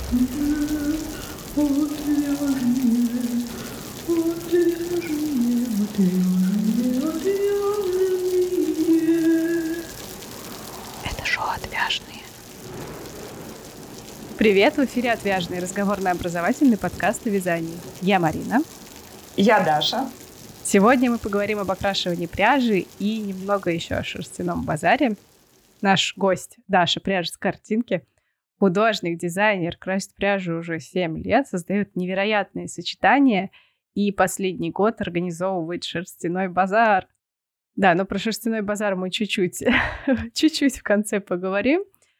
Это шоу «Отвяжные». Привет, в эфире «Отвяжные», разговорно-образовательный подкаст о вязании. Я Марина. Я Даша. Сегодня мы поговорим об окрашивании пряжи и немного еще о шерстяном базаре. Наш гость Даша, пряжа с картинки, художник, дизайнер, красит пряжу уже 7 лет, создает невероятные сочетания и последний год организовывает шерстяной базар. Да, но про шерстяной базар мы чуть-чуть в конце поговорим.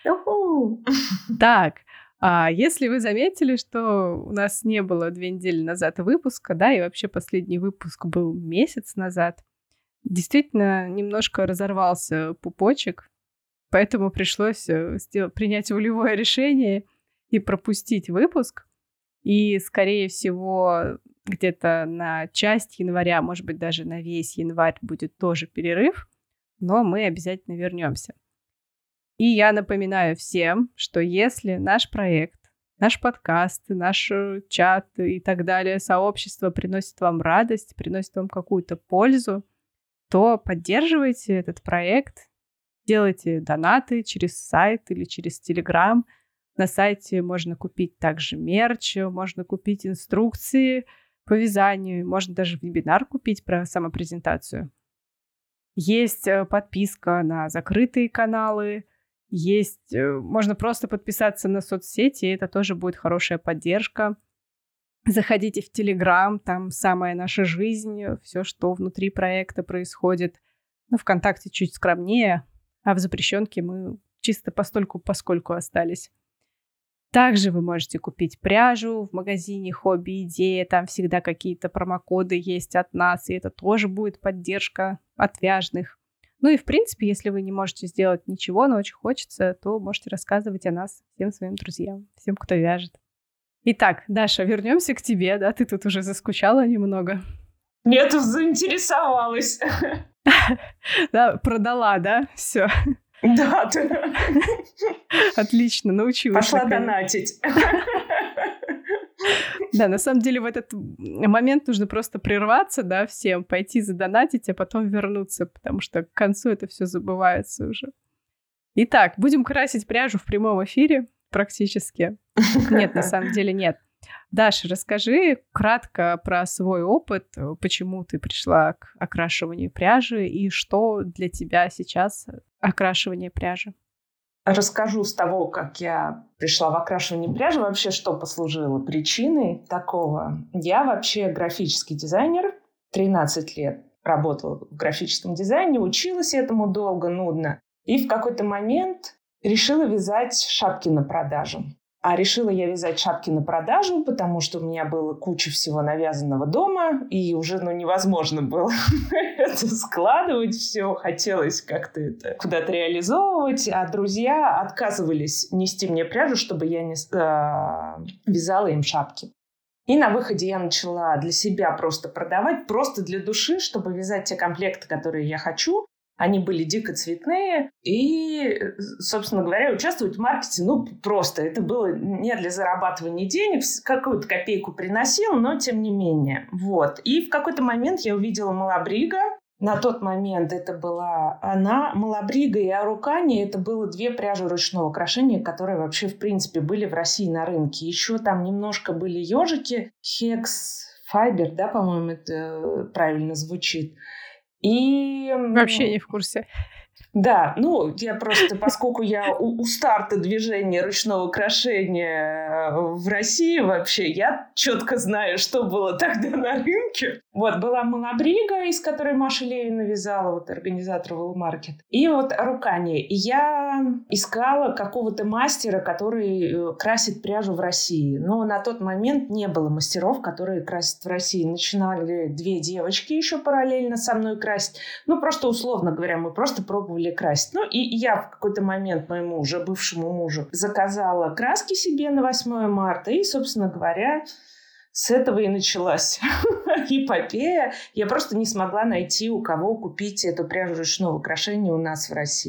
Так, если вы заметили, что у нас не было 2 недели назад выпуска, да, и вообще последний выпуск был месяц назад, действительно немножко разорвался пупочек, поэтому пришлось принять волевое решение и пропустить выпуск. И, скорее всего, где-то на часть января, может быть, даже на весь январь будет тоже перерыв, но мы обязательно вернемся. И я напоминаю всем, что если наш проект, наш подкаст, наш чат и так далее, сообщество приносит вам радость, приносит вам какую-то пользу, то поддерживайте этот проект, делайте донаты через сайт или через Telegram. На сайте можно купить также мерч, можно купить инструкции по вязанию, можно даже вебинар купить про самопрезентацию. Есть подписка на закрытые каналы, можно просто подписаться на соцсети, и это тоже будет хорошая поддержка. Заходите в Telegram, там самая наша жизнь, все, что внутри проекта происходит. ВКонтакте чуть скромнее, а в запрещенке мы чисто постольку-поскольку остались. Также вы можете купить пряжу в магазине «Хобби Идея». Там всегда какие-то промокоды есть от нас, и это тоже будет поддержка отвяжных. Ну и, в принципе, если вы не можете сделать ничего, но очень хочется, то можете рассказывать о нас всем своим друзьям, всем, кто вяжет. Итак, Даша, вернемся к тебе, да? Ты тут уже заскучала немного. Нет, заинтересовалась. Да, продала, да? Все. Да. Отлично, научилась. Пошла донатить. Да, на самом деле в этот момент нужно просто прерваться, да, всем, пойти задонатить, а потом вернуться, потому что к концу это все забывается уже. Итак, будем красить пряжу в прямом эфире практически. Нет, на самом деле нет. Даша, расскажи кратко про свой опыт, почему ты пришла к окрашиванию пряжи и что для тебя сейчас окрашивание пряжи. Расскажу с того, как я пришла в окрашивание пряжи, вообще что послужило причиной такого. Я вообще графический дизайнер, 13 лет работала в графическом дизайне, училась этому долго, нудно. И в какой-то момент решила вязать шапки на продажу. А решила я вязать шапки на продажу, потому что у меня было куча всего навязанного дома, и уже невозможно было это складывать все. Хотелось как-то это куда-то реализовывать, а друзья отказывались нести мне пряжу, чтобы я не вязала им шапки. И на выходе я начала для себя просто продавать, просто для души, чтобы вязать те комплекты, которые я хочу. Они были дико цветные, и, собственно говоря, участвовать в маркете, просто. Это было не для зарабатывания денег, какую-то копейку приносил, но тем не менее. Вот. И в какой-то момент я увидела Малабрига. На тот момент это была она, Малабрига и Арукани. Это было 2 пряжи ручного крошения, которые вообще, в принципе, были в России на рынке. Еще там немножко были ежики. Хекс Файбер, да, по-моему, это правильно звучит. И... Вообще не в курсе. Да, я просто, поскольку я у старта движения ручного крошения в России вообще, я четко знаю, что было тогда на рынке. Вот, была Малабрига, из которой Маша Левина вязала, организатор Веллмаркет. И Арукани. И я искала какого-то мастера, который красит пряжу в России. Но на тот момент не было мастеров, которые красят в России. Начинали 2 девочки еще параллельно со мной красить. Просто условно говоря, мы просто пробовали красить. И я в какой-то момент моему уже бывшему мужу заказала краски себе на 8 марта. И, собственно говоря, с этого и началась эпопея. Я просто не смогла найти, у кого купить эту пряжу ручного крошения у нас в России.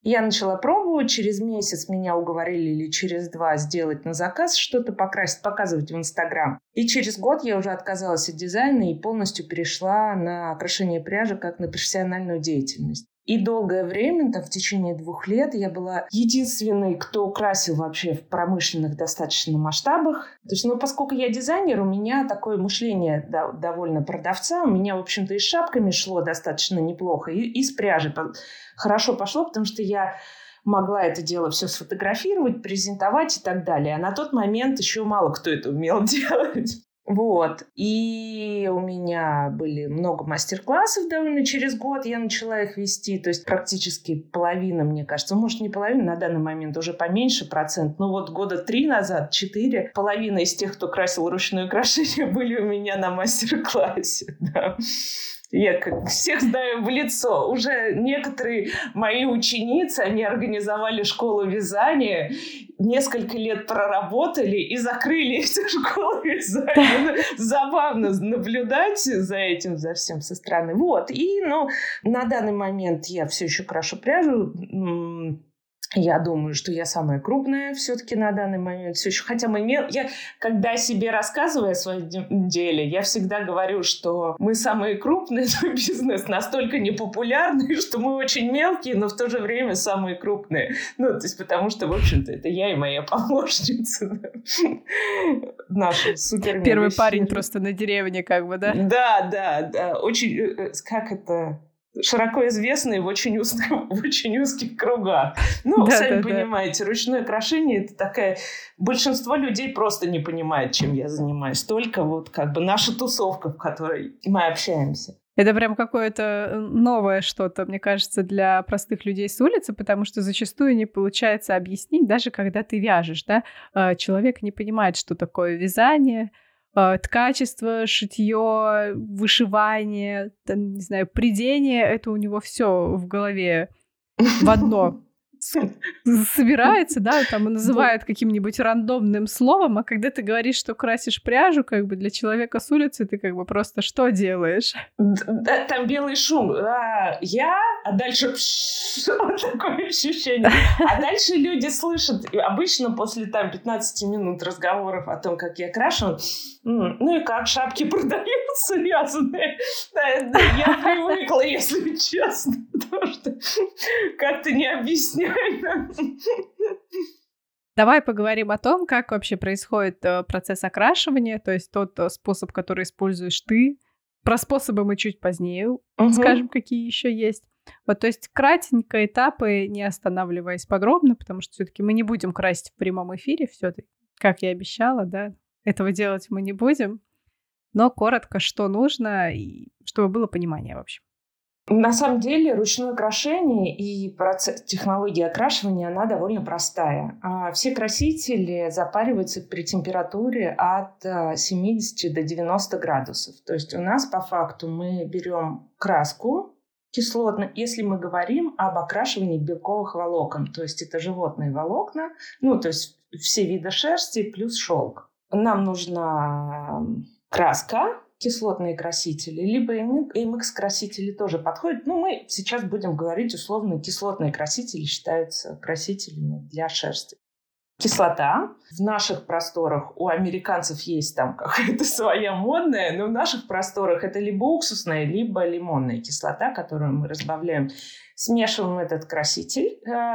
Я начала пробовать, через месяц меня уговорили или через 2 сделать на заказ что-то, покрасить, показывать в Инстаграм. И через год я уже отказалась от дизайна и полностью перешла на окрашение пряжи как на профессиональную деятельность. И долгое время, в течение 2 лет, я была единственной, кто красил вообще в промышленных достаточно масштабах. То есть, поскольку я дизайнер, у меня такое мышление довольно продавца. У меня, в общем-то, и с шапками шло достаточно неплохо, и с пряжей хорошо пошло, потому что я могла это дело все сфотографировать, презентовать и так далее. А на тот момент еще мало кто это умел делать. Вот. И у меня были много мастер-классов довольно. Через год я начала их вести. То есть практически половина, мне кажется. Может, не половина, на данный момент уже поменьше процент. Но вот года 3 назад, 4, половина из тех, кто красил ручное украшение, были у меня на мастер-классе. Да. Я всех знаю в лицо. Уже некоторые мои ученицы, они организовали школу вязания, несколько лет проработали и закрыли эту школу вязания. Забавно наблюдать за этим, за всем со стороны. Вот. И, на данный момент я все еще крашу пряжу. Я думаю, что я самая крупная все-таки на данный момент. Все еще. Хотя я, когда себе рассказываю о своем деле, я всегда говорю, что мы самые крупные, но бизнес настолько непопулярный, что мы очень мелкие, но в то же время самые крупные. То есть потому что, в общем-то, это я и моя помощница. Наша супер. Первый парень просто на деревне, да? Да. Очень, как это... широко известные в очень узких кругах. Сами понимаете, ручное украшение — это такая... Большинство людей просто не понимает, чем я занимаюсь. Только наша тусовка, в которой мы общаемся. Это прям какое-то новое что-то, мне кажется, для простых людей с улицы, потому что зачастую не получается объяснить, даже когда ты вяжешь, да? Человек не понимает, что такое вязание, ткачество, шитье, вышивание, не знаю, прядение, это у него все в голове в одно собирается, да, и называют каким-нибудь рандомным словом, а когда ты говоришь, что красишь пряжу, для человека с улицы, ты просто что делаешь? Да, там белый шум. А дальше вот такое ощущение. А дальше люди слышат, обычно после 15 минут разговоров о том, как я крашу, и как шапки продаются вязаные. Я привыкла, если честно, потому что как-то не объясняю. Давай поговорим о том, как вообще происходит процесс окрашивания, то есть тот способ, который используешь ты. Про способы мы чуть позднее скажем, какие еще есть. То есть кратенько этапы, не останавливаясь подробно, потому что все-таки мы не будем красить в прямом эфире, все-таки, как я обещала, да, этого делать мы не будем. Но коротко, что нужно, и чтобы было понимание, в общем. На самом деле ручное украшение и технология окрашивания, она довольно простая. Все красители запариваются при температуре от 70 до 90 градусов. То есть у нас по факту мы берем краску кислотную, если мы говорим об окрашивании белковых волокон. То есть это животные волокна, то есть все виды шерсти плюс шелк. Нам нужна краска, кислотные красители, либо MX-красители тоже подходят. Мы сейчас будем говорить условно, кислотные красители считаются красителями для шерсти. Кислота. В наших просторах у американцев есть там какая-то своя модная, но в наших просторах это либо уксусная, либо лимонная кислота, которую мы разбавляем. Смешиваем этот краситель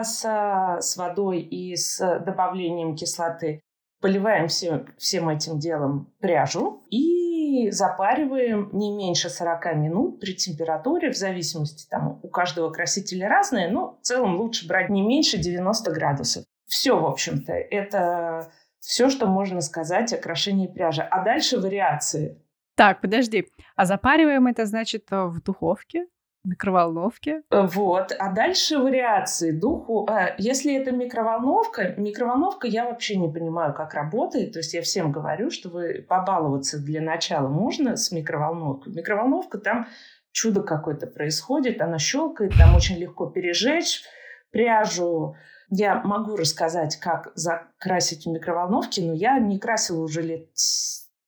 с водой и с добавлением кислоты. Поливаем всем этим делом пряжу и запариваем не меньше 40 минут при температуре, в зависимости, у каждого красителя разная, но в целом лучше брать не меньше 90 градусов. Все, в общем-то, это все, что можно сказать о крашении пряжи. А дальше вариации. Так, подожди. А запариваем это, значит, в духовке? В микроволновке. Вот. А дальше вариации. Если это микроволновка, я вообще не понимаю, как работает. То есть я всем говорю, что вы побаловаться для начала можно с микроволновкой. Микроволновка, там чудо какое-то происходит, она щелкает, там очень легко пережечь пряжу. Я могу рассказать, как закрасить в микроволновке, но я не красила уже лет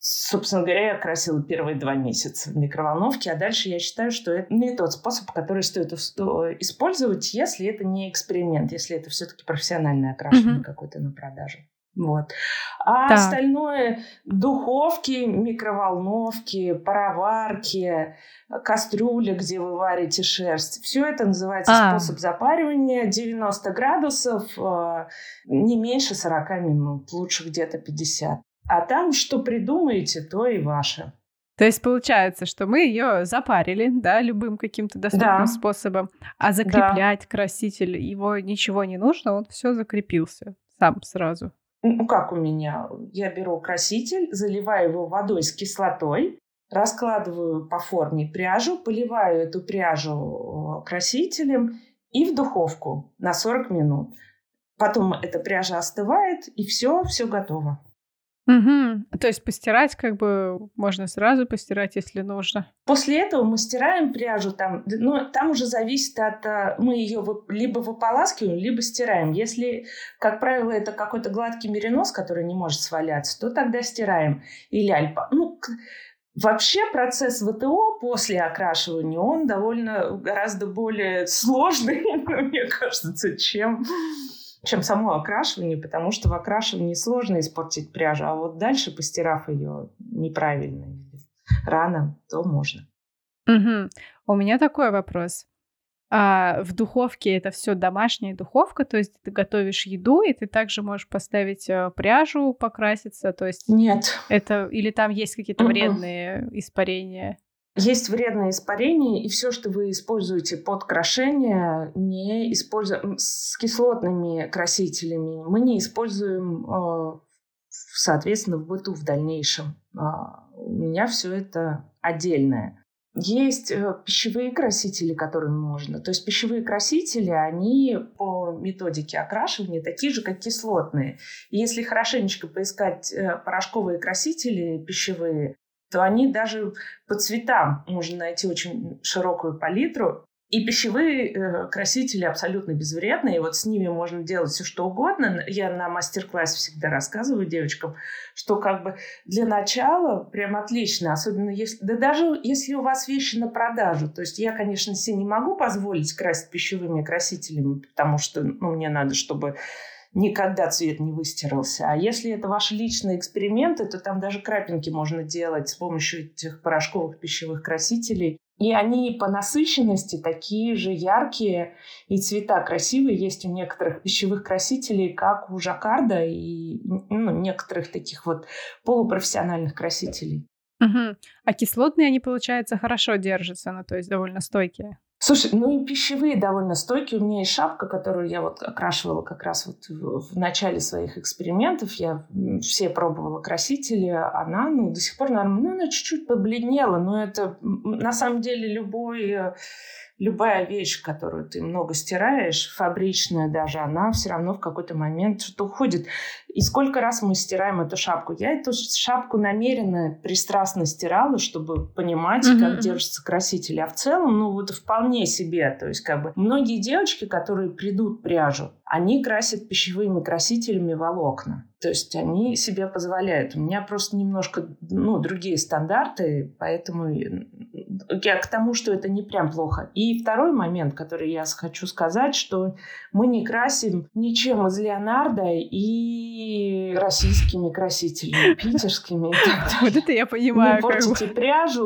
Собственно говоря, я красила первые 2 месяца в микроволновке, а дальше я считаю, что это не тот способ, который стоит использовать, если это не эксперимент, если это все-таки профессиональное окрашивание какое-то на продажу. Вот. А остальное — духовки, микроволновки, пароварки, кастрюли, где вы варите шерсть. Все это называется способ запаривания. 90 градусов, не меньше 40 минут, лучше где-то 50. А там что придумаете, то и ваше. То есть получается, что мы ее запарили, да, любым каким-то доступным способом, а закреплять краситель, его ничего не нужно, он все закрепился сам сразу. Ну, как у меня? Я беру краситель, заливаю его водой с кислотой, раскладываю по форме пряжу, поливаю эту пряжу красителем и в духовку на 40 минут. Потом эта пряжа остывает, и все готово. То есть постирать можно сразу постирать, если нужно. После этого мы стираем пряжу там уже зависит от... Мы ее либо выполаскиваем, либо стираем. Если, как правило, это какой-то гладкий меринос, который не может сваляться, то тогда стираем. Или альпа. Вообще процесс ВТО после окрашивания, он гораздо более сложный, мне кажется, чем само окрашивание, потому что в окрашивании сложно испортить пряжу, а вот дальше, постирав ее неправильно или рано, то можно. У меня такой вопрос. А в духовке это все домашняя духовка, то есть ты готовишь еду, и ты также можешь поставить пряжу, покраситься, то есть... Нет. Или там есть какие-то вредные испарения? Есть вредные испарения, и все, что вы используете под крашение, не используем с кислотными красителями. Мы не используем, соответственно, в быту в дальнейшем. У меня все это отдельное. Есть пищевые красители, которые можно. То есть пищевые красители, они по методике окрашивания такие же, как кислотные. И если хорошенечко поискать порошковые красители пищевые, то они даже по цветам можно найти очень широкую палитру. И пищевые красители абсолютно безвредные. И вот с ними можно делать все, что угодно. Я на мастер-классе всегда рассказываю девочкам, что для начала прям отлично. Особенно даже если у вас вещи на продажу. То есть я, конечно, себе не могу позволить красить пищевыми красителями, потому что мне надо, чтобы никогда цвет не выстирался. А если это ваши личные эксперименты, то там даже крапинки можно делать с помощью этих порошковых пищевых красителей. И они по насыщенности такие же яркие, и цвета красивые есть у некоторых пищевых красителей, как у жаккарда и некоторых таких вот полупрофессиональных красителей. А кислотные они, получается, хорошо держатся, то есть довольно стойкие. Слушай, и пищевые довольно стойкие. У меня есть шапка, которую я вот окрашивала как раз вот в начале своих экспериментов. Я все пробовала красители. Она, до сих пор нормально. Она чуть-чуть побледнела, но это на самом деле любая вещь, которую ты много стираешь, фабричная даже, она все равно в какой-то момент что-то уходит. И сколько раз мы стираем эту шапку? Я эту шапку намеренно, пристрастно стирала, чтобы понимать, как держатся красители. А в целом, вполне себе. То есть, многие девочки, которые придут пряжу, они красят пищевыми красителями волокна. То есть они себе позволяют. У меня просто немножко другие стандарты, поэтому я к тому, что это не прям плохо. И второй момент, который я хочу сказать, что мы не красим ничем из Леонардо и российскими красителями, питерскими и так далее. Вот это я понимаю. Не портите пряжу,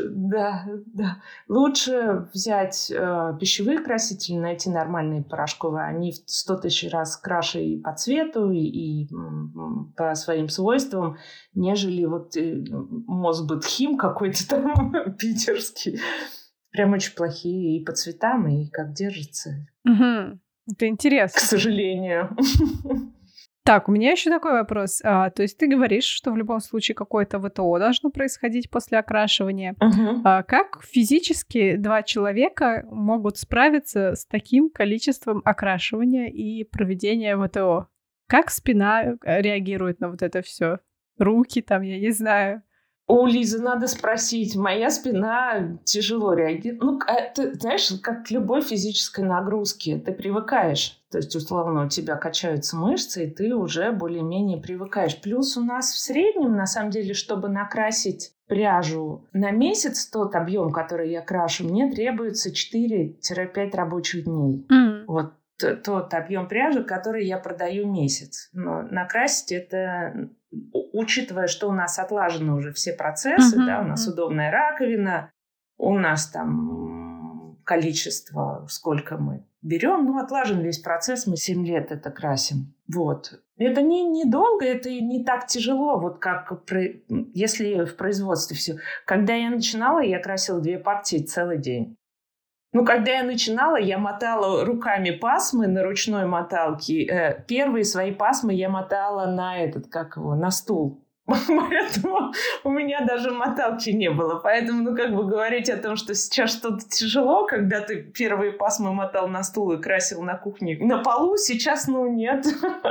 лучше взять пищевые красители, найти нормальные порошковые. Они в 100 тысяч раз краше и по цвету, и по своим свойствам, нежели Мосбытхим какой-то там питерский. Прям очень плохие и по цветам, и как держится. Это интересно. К сожалению. Так, у меня еще такой вопрос. То есть ты говоришь, что в любом случае какое-то ВТО должно происходить после окрашивания. Как физически 2 человека могут справиться с таким количеством окрашивания и проведения ВТО? Как спина реагирует на вот это все? Руки там, я не знаю. У Лизы надо спросить. Моя спина тяжело реагирует. Ну, ты знаешь, как к любой физической нагрузке, ты привыкаешь. То есть, условно, у тебя качаются мышцы, и ты уже более-менее привыкаешь. Плюс у нас в среднем, на самом деле, чтобы накрасить пряжу на месяц, тот объем, который я крашу, мне требуется 4-5 рабочих дней. Вот тот объем пряжи, который я продаю месяц. Но накрасить это, учитывая, что у нас отлажены уже все процессы, да, у нас удобная раковина, у нас там количество, сколько мы берем, ну, отлажен весь процесс, мы 7 лет это красим. Вот. Это недолго, это не так тяжело, вот как если в производстве все. Когда я начинала, я красила 2 партии целый день. Ну, когда я начинала, я мотала руками пасмы на ручной моталке. Первые свои пасмы я мотала на стул. Поэтому у меня даже моталки не было. Поэтому, говорить о том, что сейчас что-то тяжело, когда ты первые пасмы мотал на стул и красил на кухне на полу, сейчас, нет.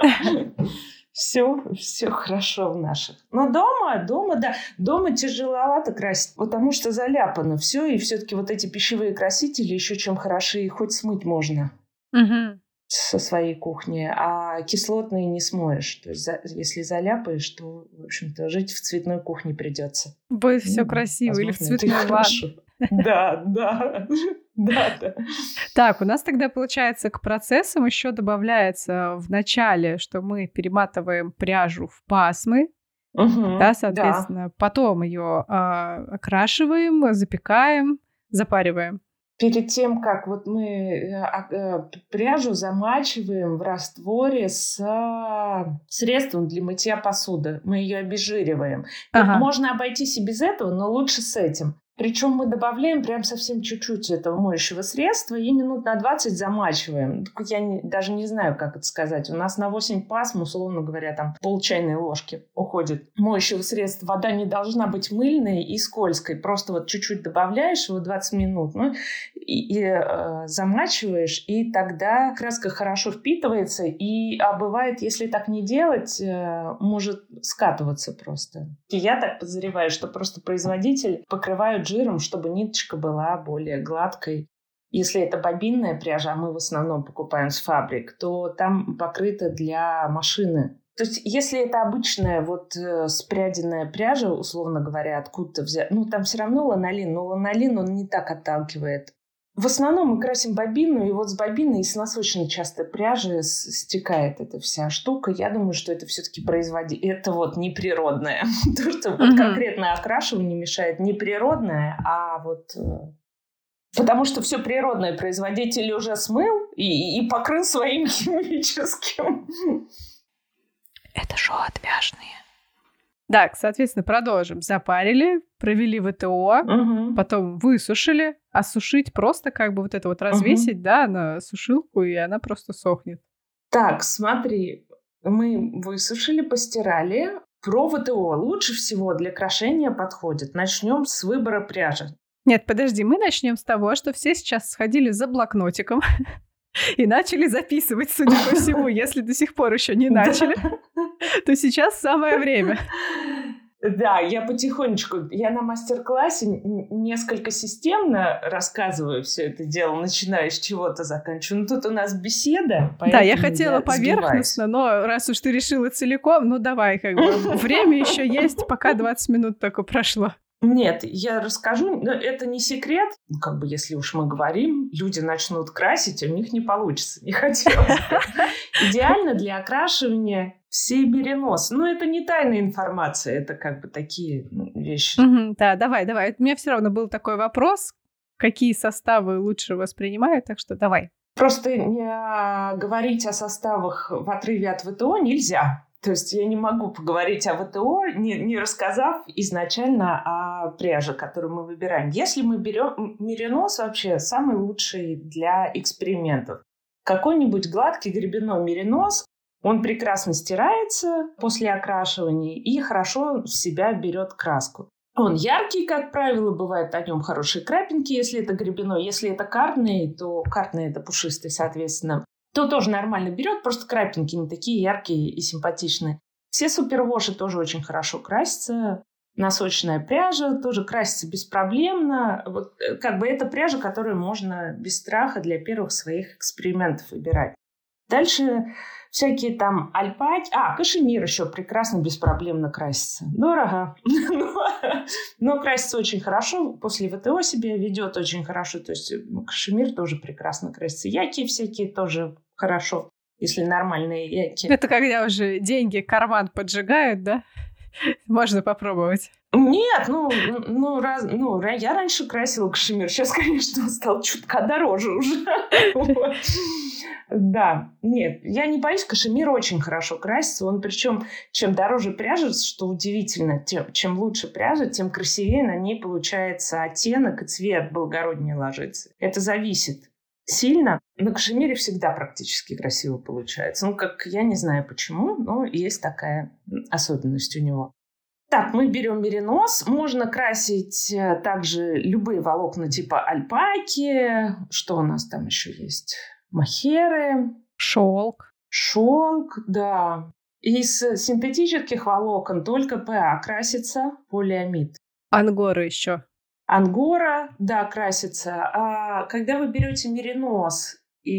Все хорошо в наших. Но дома тяжеловато красить, потому что заляпано все, и все-таки вот эти пищевые красители еще чем хороши, их хоть смыть можно со своей кухни, а кислотные не смоешь. То есть если заляпаешь, то, в общем-то, жить в цветной кухне придется. Будет все красиво, или в цветной ванне. Да. Так, у нас тогда, получается, к процессам еще добавляется в начале, что мы перематываем пряжу в пасмы, да, соответственно, потом ее окрашиваем, запекаем, запариваем. Перед тем, как вот мы пряжу замачиваем в растворе с средством для мытья посуды, мы ее обезжириваем. Можно обойтись и без этого, но лучше с этим. Причем мы добавляем прям совсем чуть-чуть этого моющего средства и минут на 20 замачиваем. Я даже не знаю, как это сказать. У нас на 8 пасм, условно говоря, там пол чайной ложки уходит моющего средства. Вода не должна быть мыльной и скользкой. Просто вот чуть-чуть добавляешь его 20 минут, замачиваешь, и тогда краска хорошо впитывается. А бывает, если так не делать, может скатываться просто. И я так подозреваю, что просто производитель покрывают жиром, чтобы ниточка была более гладкой. Если это бобинная пряжа, а мы в основном покупаем с фабрик, то там покрыто для машины. То есть, если это обычная спряденная пряжа, условно говоря, откуда-то взять, там все равно ланолин, но ланолин он не так отталкивает. В основном мы красим бобину, и вот с бобиной и с носочной часто пряжи стекает эта вся штука. Я думаю, что это все-таки это неприродное. То, что конкретно окрашивание мешает не природное, а потому что все природное производитель уже смыл и покрыл своим химическим. Это шоу отвяжные. Так, соответственно, продолжим. Запарили, провели ВТО, потом высушили, а сушить просто развесить, да, на сушилку, и она просто сохнет. Так, смотри, мы высушили, постирали. Про ВТО лучше всего для крошения подходит. Начнем с выбора пряжи. Нет, подожди, мы начнем с того, что все сейчас сходили за блокнотиком и начали записывать, судя по всему. Если до сих пор еще не начали, то сейчас самое время. Да, я потихонечку, я на мастер-классе несколько системно рассказываю все это дело, начиная с чего-то, заканчиваю. Тут у нас беседа. Да, я хотела поверхностно, но раз уж ты решила целиком, давай, время еще есть, пока 20 минут только прошло. Нет, я расскажу, но это не секрет. Если уж мы говорим, люди начнут красить, у них не получится, не хотелось бы. Идеально для окрашивания сибиринос. Это не тайная информация, это такие вещи. Да, давай. У меня все равно был такой вопрос, какие составы лучше воспринимают, так что давай. Просто говорить о составах в отрыве от ВТО нельзя. То есть я не могу поговорить о ВТО, не рассказав изначально о пряже, которую мы выбираем. Если мы берем меринос, вообще самый лучший для экспериментов. Какой-нибудь гладкий гребенной меринос, он прекрасно стирается после окрашивания и хорошо в себя берет краску. Он яркий, как правило, бывает на нем хорошие крапинки, если это гребеной. Если это картный, то картный это пушистый, соответственно. То тоже нормально берет, просто крапинки не такие яркие и симпатичные. Все супервоши тоже очень хорошо красятся. носочная пряжа, тоже красится беспроблемно. Вот как бы это пряжа, которую можно без страха для первых своих экспериментов выбирать. Дальше всякие там альпаки. Кашемир еще прекрасно, беспроблемно красится. Дорого, но красится очень хорошо. После ВТО себя ведет очень хорошо. То есть кашемир тоже прекрасно красится. Яки всякие тоже хорошо, если нормальные яки. Это когда уже деньги карман поджигают, да? Можно попробовать. Нет, я раньше красила кашемир. Сейчас, конечно, он стал чутка дороже уже. Да, нет, я не боюсь, кашемир очень хорошо красится. Он причем, чем дороже пряжа, что удивительно, чем лучше пряжа, тем красивее на ней получается оттенок и цвет благороднее ложится. Это зависит сильно. На кашемире всегда практически красиво получается. Я не знаю почему, но есть такая особенность у него. Так, мы берем меринос. Можно красить также любые волокна типа альпаки. Что у нас там еще есть? Мохеры. Шелк. Шелк, да. Из синтетических волокон только ПА красится, полиамид. Ангора еще. Ангора, да, красится. А когда вы берете меринос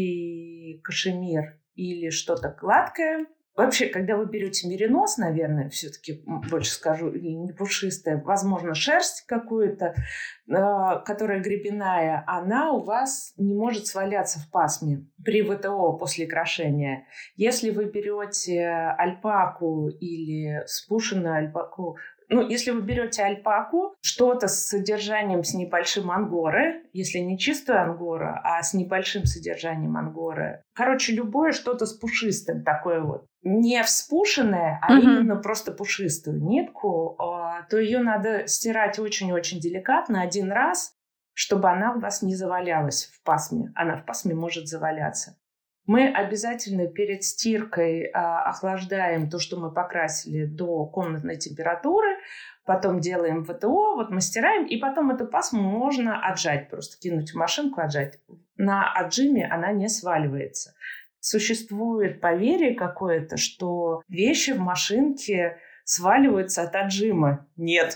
и кашемир или что-то гладкое, вообще, когда вы берете меринос, наверное, все-таки больше скажу, или не пушистая, возможно, шерсть какую-то, которая гребенная, она у вас не может сваляться в пасме при ВТО после крошения. Если вы берете альпаку или спушенную альпаку, если вы берете альпаку, что-то с содержанием с небольшим ангоры, если не чистую ангору, а с небольшим содержанием ангоры. Короче, любое что-то с пушистым, такое вот. Не вспушенное, а именно просто пушистую нитку, то ее надо стирать очень-очень деликатно один раз, чтобы она у вас не завалялась в пасме. Она в пасме может заваляться. Мы обязательно перед стиркой охлаждаем то, что мы покрасили, до комнатной температуры, потом делаем ВТО, вот мы стираем, и потом эту пасму можно отжать, просто кинуть в машинку, отжать. На отжиме она не сваливается. Существует поверье какое-то, что вещи в машинке сваливаются от отжима. Нет.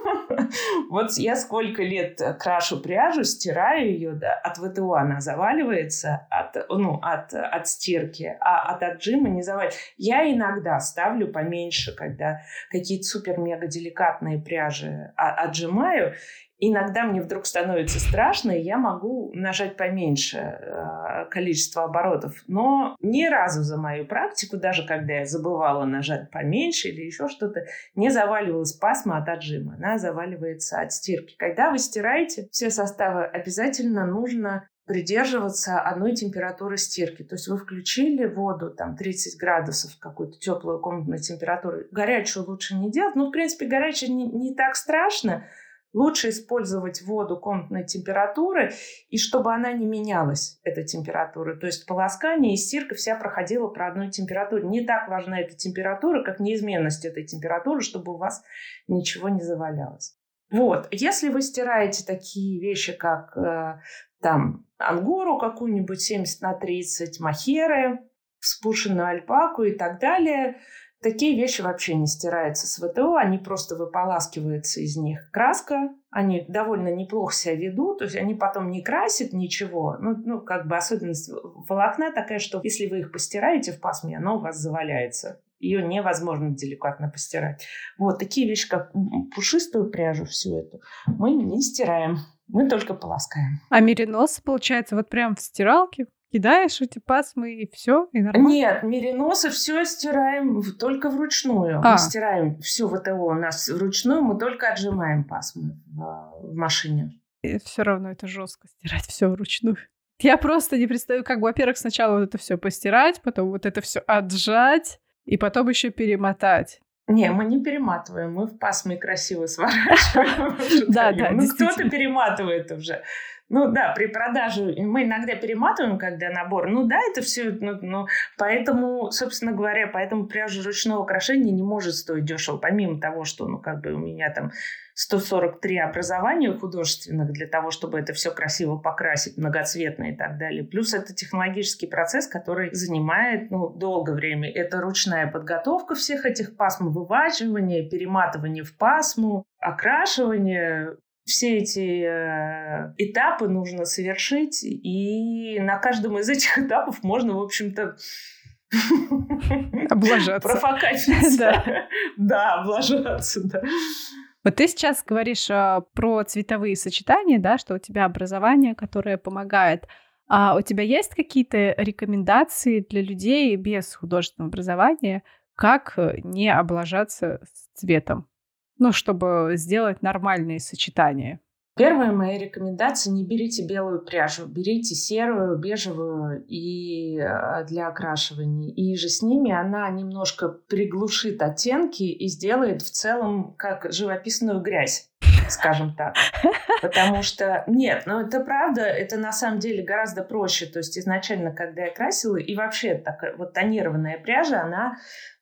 Вот я сколько лет крашу пряжу, стираю ее, да, от ВТО она заваливается, от стирки, а от отжима не заваливается. Я иногда ставлю поменьше, когда какие-то супер-мега деликатные пряжи отжимаю. Иногда мне вдруг становится страшно, и я могу нажать поменьше количество оборотов. Но ни разу за мою практику, даже когда я забывала нажать поменьше или еще что-то, не заваливалась пасма от отжима. Она заваливается от стирки. Когда вы стираете все составы, обязательно нужно придерживаться одной температуры стирки. То есть вы включили воду, там, 30 градусов, какую-то теплую комнатную температуру. Горячую лучше не делать. В принципе, горячая не так страшно. Лучше использовать воду комнатной температуры, и чтобы она не менялась, эта температура. То есть полоскание и стирка вся проходила по одной температуре. Не так важна эта температура, как неизменность этой температуры, чтобы у вас ничего не завалялось. Вот. Если вы стираете такие вещи, как ангору какую-нибудь 70/30, мохеры, вспушенную альпаку и так далее, такие вещи вообще не стираются с ВТО, они просто выполаскиваются из них краска, они довольно неплохо себя ведут, то есть они потом не красят ничего. Особенность волокна такая, что если вы их постираете в пасме, оно у вас заваляется. Ее невозможно деликатно постирать. Вот такие вещи, как пушистую пряжу, всю эту, мы не стираем, мы только полоскаем. А меринос, получается, вот прям в стиралке? Кидаешь эти пасмы и все, и нормально? Нет, мериносы все стираем только вручную. Мы стираем все ВТО у нас вручную, мы только отжимаем пасмы в машине. И все равно это жестко стирать все вручную. Я просто не представляю, во-первых, сначала вот это все постирать, потом вот это все отжать, и потом еще перемотать. Не, мы не перематываем, мы в пасме красиво сворачиваем. Да, кто-то перематывает уже. Ну да, при продаже мы иногда перематываем, когда набор. Ну да, это все. Поэтому, собственно говоря, поэтому пряжа ручного крошения не может стоить дешево. Помимо того, что у меня там 143 образования художественных для того, чтобы это все красиво покрасить, многоцветно и так далее. Плюс это технологический процесс, который занимает долгое время. Это ручная подготовка всех этих пасм, вываживание, перематывание в пасму, окрашивание. Все эти этапы нужно совершить, и на каждом из этих этапов можно, в общем-то, облажаться. Профокапиться. Да, облажаться, да. Вот ты сейчас говоришь про цветовые сочетания, да, что у тебя образование, которое помогает. А у тебя есть какие-то рекомендации для людей без художественного образования, как не облажаться с цветом? Чтобы сделать нормальные сочетания. Первая моя рекомендация: не берите белую пряжу, берите серую, бежевую и для окрашивания. И же с ними она немножко приглушит оттенки и сделает в целом как живописную грязь, скажем так. Потому что, нет, это правда, это на самом деле гораздо проще. То есть изначально, когда я красила, и вообще такая вот тонированная пряжа, она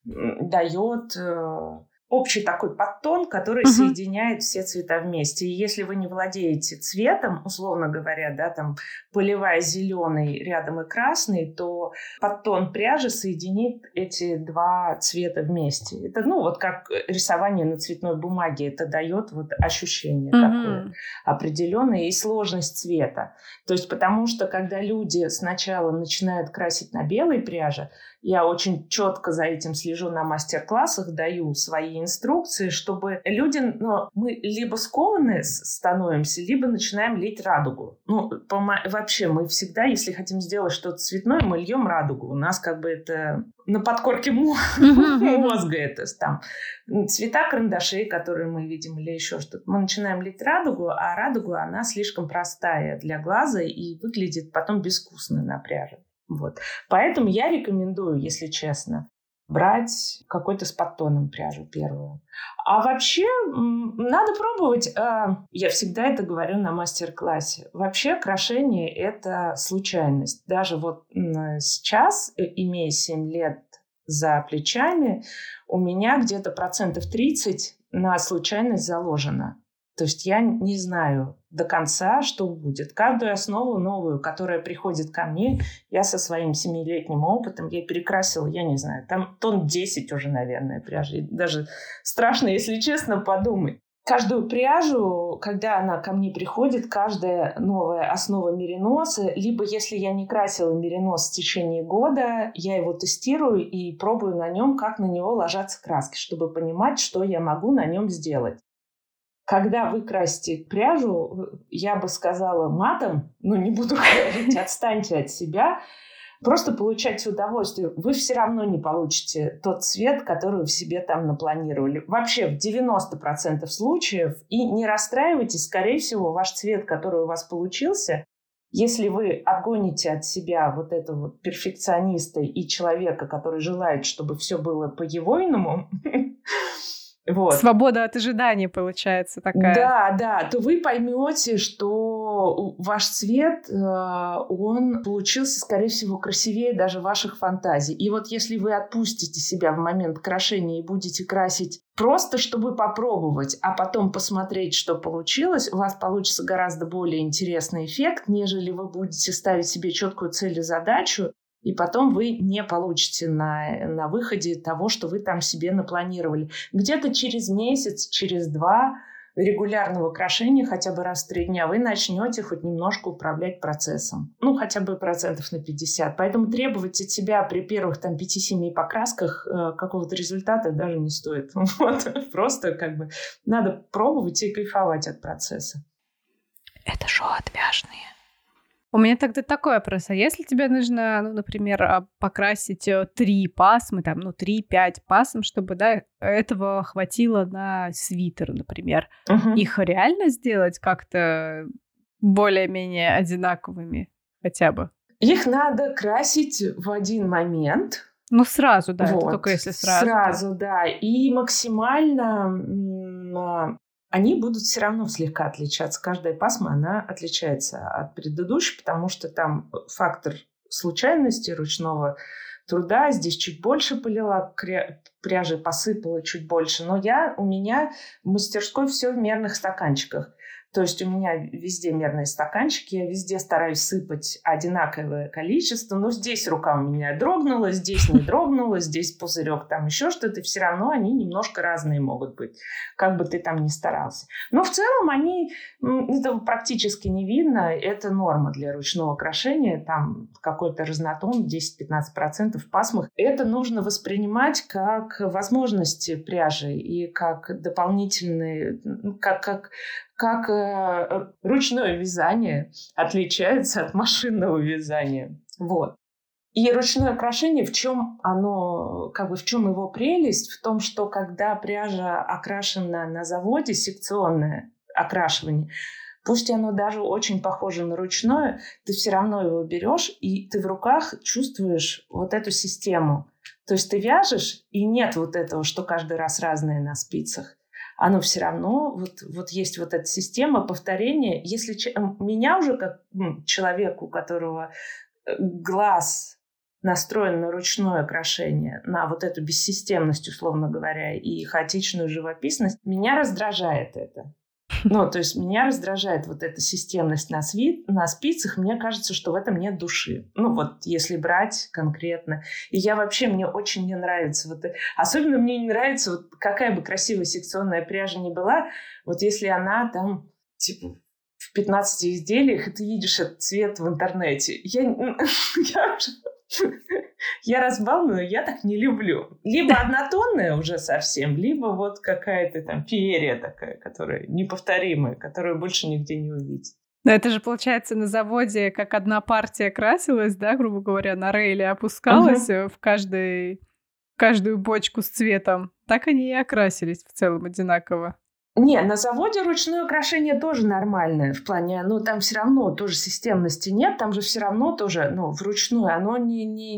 дает общий такой подтон, который соединяет все цвета вместе. И если вы не владеете цветом, условно говоря, да, там полевая зеленый рядом и красный, то подтон пряжи соединит эти два цвета вместе. Это, вот как рисование на цветной бумаге, это дает вот ощущение такое определенное и сложность цвета. То есть потому что, когда люди сначала начинают красить на белой пряже, я очень четко за этим слежу на мастер-классах, даю свои инструкции, чтобы люди, мы либо скованы становимся, либо начинаем лить радугу. Вообще мы всегда, если хотим сделать что-то цветное, мы льем радугу. У нас как бы это на подкорке мозга это там цвета карандашей, которые мы видим, или еще что-то. Мы начинаем лить радугу, а радуга, она слишком простая для глаза и выглядит потом безвкусно на пряже. Вот. Поэтому я рекомендую, если честно, брать какой-то с подтоном пряжу первую. А вообще надо пробовать. Я всегда это говорю на мастер-классе. Вообще крошение – это случайность. Даже вот сейчас, имея 7 лет за плечами, у меня где-то 30% на случайность заложено. То есть я не знаю до конца, что будет. Каждую основу новую, которая приходит ко мне, я со своим 7-летним опытом, я перекрасила, я не знаю, там тонн 10 уже, наверное, пряжи. И даже страшно, если честно, подумать. Каждую пряжу, когда она ко мне приходит, каждая новая основа мериноса, либо если я не красила меринос в течение года, я его тестирую и пробую на нем, как на него ложатся краски, чтобы понимать, что я могу на нем сделать. Когда вы красите пряжу, я бы сказала матом, не буду говорить, отстаньте от себя, просто получайте удовольствие. Вы все равно не получите тот цвет, который вы в себе там напланировали. Вообще в 90% случаев. И не расстраивайтесь, скорее всего, ваш цвет, который у вас получился, если вы отгоните от себя вот этого вот перфекциониста и человека, который желает, чтобы все было по-егойному, вот. Свобода от ожидания получается такая. Да, то вы поймете, что ваш цвет, он получился, скорее всего, красивее даже ваших фантазий. И вот если вы отпустите себя в момент крашения и будете красить просто, чтобы попробовать, а потом посмотреть, что получилось, у вас получится гораздо более интересный эффект, нежели вы будете ставить себе четкую цель и задачу, и потом вы не получите на выходе того, что вы там себе напланировали. Где-то через месяц, через 2 регулярного крошения, хотя бы раз в 3 дня, вы начнете хоть немножко управлять процессом. Хотя бы 50%. Поэтому требовать от себя при первых 5-7 покрасках какого-то результата даже не стоит. Просто надо пробовать и кайфовать от процесса. Это шоу «Отвяжные». У меня тогда такой вопрос. А если тебе нужно, например, покрасить 3 пасмы, 3-5 пасм, чтобы этого хватило на свитер, например, их реально сделать как-то более-менее одинаковыми хотя бы? Их надо красить в один момент. Сразу, да, это только если сразу. Сразу, да. И максимально они будут все равно слегка отличаться. Каждая пасма, она отличается от предыдущей, потому что там фактор случайности, ручного труда. Здесь чуть больше полила пряжи, посыпала чуть больше. Но у меня в мастерской все в мерных стаканчиках. То есть у меня везде мерные стаканчики, я везде стараюсь сыпать одинаковое количество. Но здесь рука у меня дрогнула, здесь не дрогнула, здесь пузырек, там еще что-то. И все равно они немножко разные могут быть, как бы ты там ни старался. Но в целом этого практически не видно. Это норма для ручного крошения. Там какой-то разнотон, 10-15% в пасмах. Это нужно воспринимать как возможности пряжи и как дополнительные, как ручное вязание отличается от машинного вязания. Вот. И ручное крошение, в чем его прелесть? В том, что когда пряжа окрашена на заводе, секционное окрашивание, пусть оно даже очень похоже на ручное, ты все равно его берешь, и ты в руках чувствуешь вот эту систему. То есть ты вяжешь, и нет вот этого, что каждый раз разное на спицах. Оно все равно, вот есть вот эта система повторения. Если меня уже как человек, у которого глаз настроен на ручное крошение, на вот эту бессистемность, условно говоря, и хаотичную живописность, меня раздражает это. То есть меня раздражает вот эта системность на спицах. Мне кажется, что в этом нет души. Если брать конкретно. И мне очень не нравится. Особенно мне не нравится, какая бы красивая секционная пряжа ни была, если она там, в 15 изделиях, и ты видишь этот цвет в интернете. Я разбалована, я так не люблю. Либо однотонная уже совсем, либо какая-то там феерия такая, которая неповторимая, которую больше нигде не увидеть. Но это же, получается, на заводе как одна партия красилась, да, грубо говоря, на рейле опускалась в каждую бочку с цветом. Так они и окрасились в целом одинаково. Не, на заводе ручное крошение тоже нормальное. В плане, там все равно тоже системности нет. Там же все равно тоже, вручную. Оно на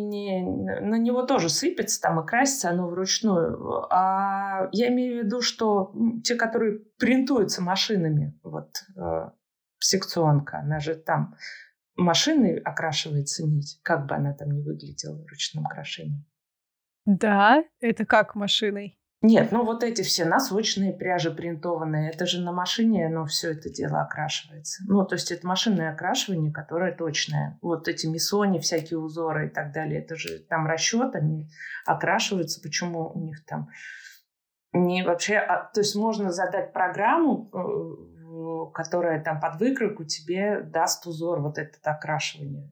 него тоже сыпется там и красится оно вручную. А я имею в виду, что те, которые принтуются машинами, секционка, она же там машиной окрашивается нить. Как бы она там ни выглядела в ручном крошении. Да, это как машиной? Нет, эти все носочные пряжи принтованные, это же на машине, все это дело окрашивается. То есть это машинное окрашивание, которое точное. Эти миссони, всякие узоры и так далее, это же там расчет, они окрашиваются. Почему у них там не вообще... то есть можно задать программу, которая там под выкройку тебе даст узор, это окрашивание.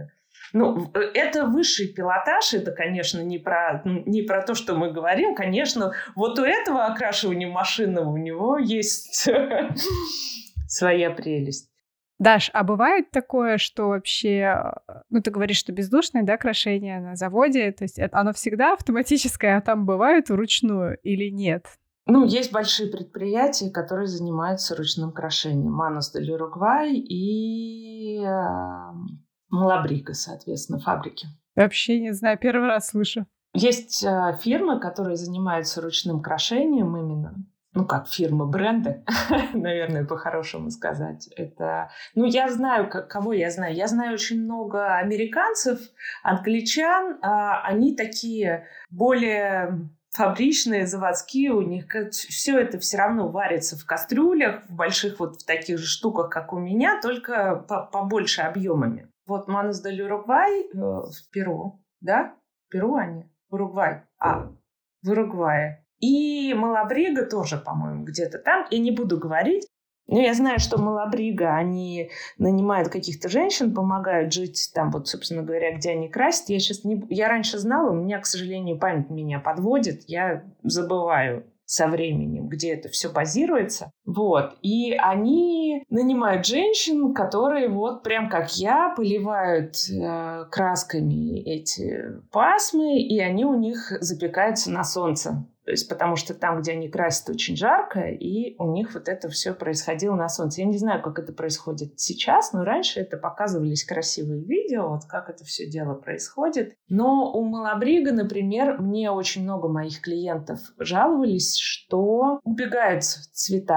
Это высший пилотаж, это, конечно, не про то, что мы говорим. Конечно, у этого окрашивания машинного у него есть своя прелесть. Даш, а бывает такое, что вообще, ты говоришь, что бездушное, да, крошение на заводе, то есть оно всегда автоматическое, а там бывает вручную или нет? Есть большие предприятия, которые занимаются ручным крошением. Манус дель Уругвай и... Малабрига, соответственно, фабрики. Вообще не знаю, первый раз слышу. Есть фирмы, которые занимаются ручным крошением именно. Фирмы, бренды, наверное, по-хорошему сказать. Это, я знаю, кого я знаю. Я знаю очень много американцев, англичан. Они такие более фабричные, заводские. У них все это все равно варится в кастрюлях, в больших в таких же штуках, как у меня, только побольше объемами. Манус дель Уругвай в Перу, да? В Перу они? Уругвай. В Уругвае. И Малабрига тоже, по-моему, где-то там. Я не буду говорить. Но я знаю, что Малабрига, они нанимают каких-то женщин, помогают жить там, собственно говоря, где они красят. Я раньше знала, у меня, к сожалению, память меня подводит. Я забываю со временем, где это все базируется. И они нанимают женщин, которые прям как я, поливают красками эти пасмы, и они у них запекаются на солнце. То есть потому что там, где они красят, очень жарко, и у них это все происходило на солнце. Я не знаю, как это происходит сейчас, но раньше это показывались красивые видео, как это все дело происходит. Но у Малабрига, например, мне очень много моих клиентов жаловались, что убегают цвета.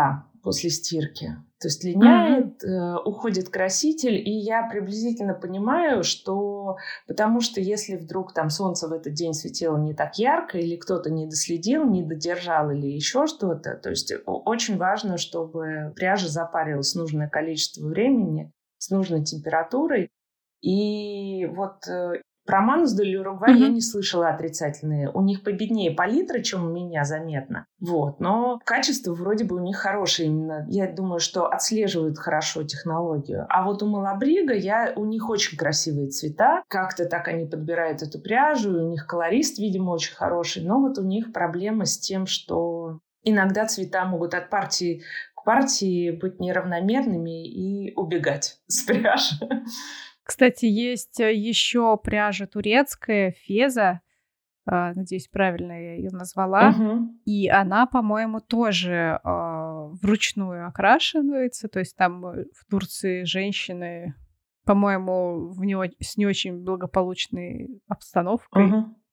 после стирки. То есть линяет, уходит краситель, и я приблизительно понимаю, что потому что если вдруг там солнце в этот день светило не так ярко, или кто-то не доследил, не додержал или еще что-то, то есть очень важно, чтобы пряжа запарилась нужное количество времени с нужной температурой. И вот про Манус де l'Uruguay я не слышала отрицательные. У них победнее палитра, чем у меня, заметно. Вот. Но качество вроде бы у них хорошее. Именно я думаю, что отслеживают хорошо технологию. А вот у Малабрига у них очень красивые цвета. Как-то так они подбирают эту пряжу. У них колорист, видимо, очень хороший. Но вот у них проблема с тем, что иногда цвета могут от партии к партии быть неравномерными и убегать с пряжи. Кстати, есть еще пряжа турецкая, Феза, надеюсь, правильно я ее назвала, и она, по-моему, тоже вручную окрашивается, то есть там в Турции женщины, по-моему, с не очень благополучной обстановкой.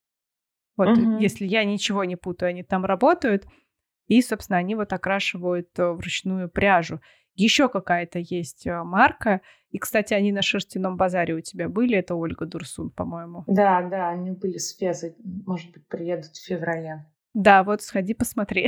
Вот, если я ничего не путаю, они там работают, и, собственно, они вот окрашивают вручную пряжу. Еще какая-то есть марка. И, кстати, они на шерстяном базаре у тебя были. Это Ольга Дурсун, по-моему. Да, они были с Фезой. Может быть, приедут в феврале. Да, вот сходи, посмотри.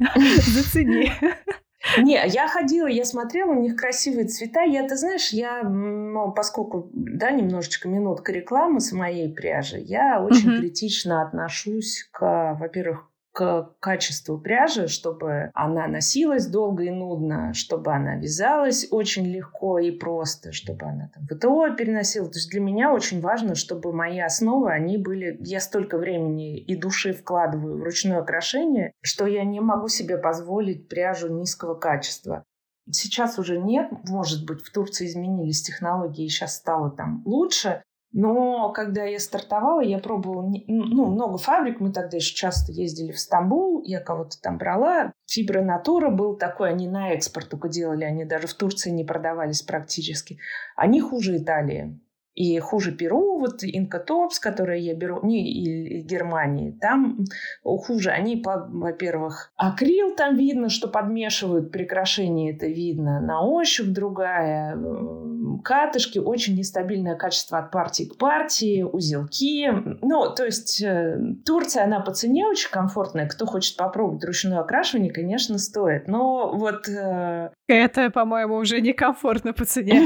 Зацени. Не, я ходила, я смотрела, у них красивые цвета. Ты знаешь, поскольку, немножечко минутка рекламы с моей пряжи, я очень критично отношусь во-первых, к качеству пряжи, чтобы она носилась долго и нудно, чтобы она вязалась очень легко и просто, чтобы она там ВТО переносила. То есть для меня очень важно, чтобы мои основы, они были... Я столько времени и души вкладываю в ручное окрашение, что я не могу себе позволить пряжу низкого качества. Сейчас уже нет. Может быть, в Турции изменились технологии, и сейчас стало там лучше. Но когда я стартовала, я пробовала много фабрик. Мы тогда еще часто ездили в Стамбул. Я кого-то там брала. Фибра Натура был такой. Они на экспорт только делали. Они даже в Турции не продавались практически. Они хуже Италии. И хуже Перу. Вот Инка Топс, которые я беру, и Германии. Там хуже. Они, во-первых, акрил там видно, что подмешивают. При крашении это видно. На ощупь другая. Катышки, очень нестабильное качество от партии к партии, узелки. То есть Турция, она по цене очень комфортная. Кто хочет попробовать ручное окрашивание, конечно, стоит. Но вот... Это, по-моему, уже некомфортно по цене.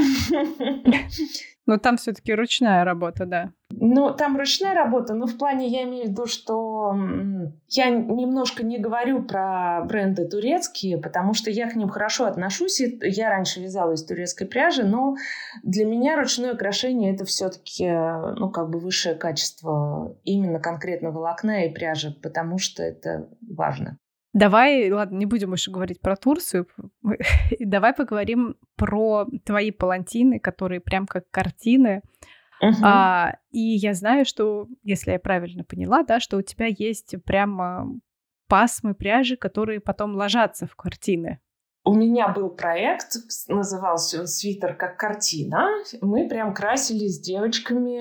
Но там все-таки ручная работа, да. Там ручная работа, но в плане я имею в виду, что я немножко не говорю про бренды турецкие, потому что я к ним хорошо отношусь. Я раньше вязала из турецкой пряжи, но для меня ручное окрашение это все-таки высшее качество именно конкретно волокна и пряжи, потому что это важно. Давай, ладно, не будем еще говорить про Турцию. Давай поговорим про твои палантины, которые прям как картины. И я знаю, что, если я правильно поняла, да, что у тебя есть прямо пасмы пряжи, которые потом ложатся в картины. У меня был проект, назывался он «Свитер как картина». Мы прям красили с девочками.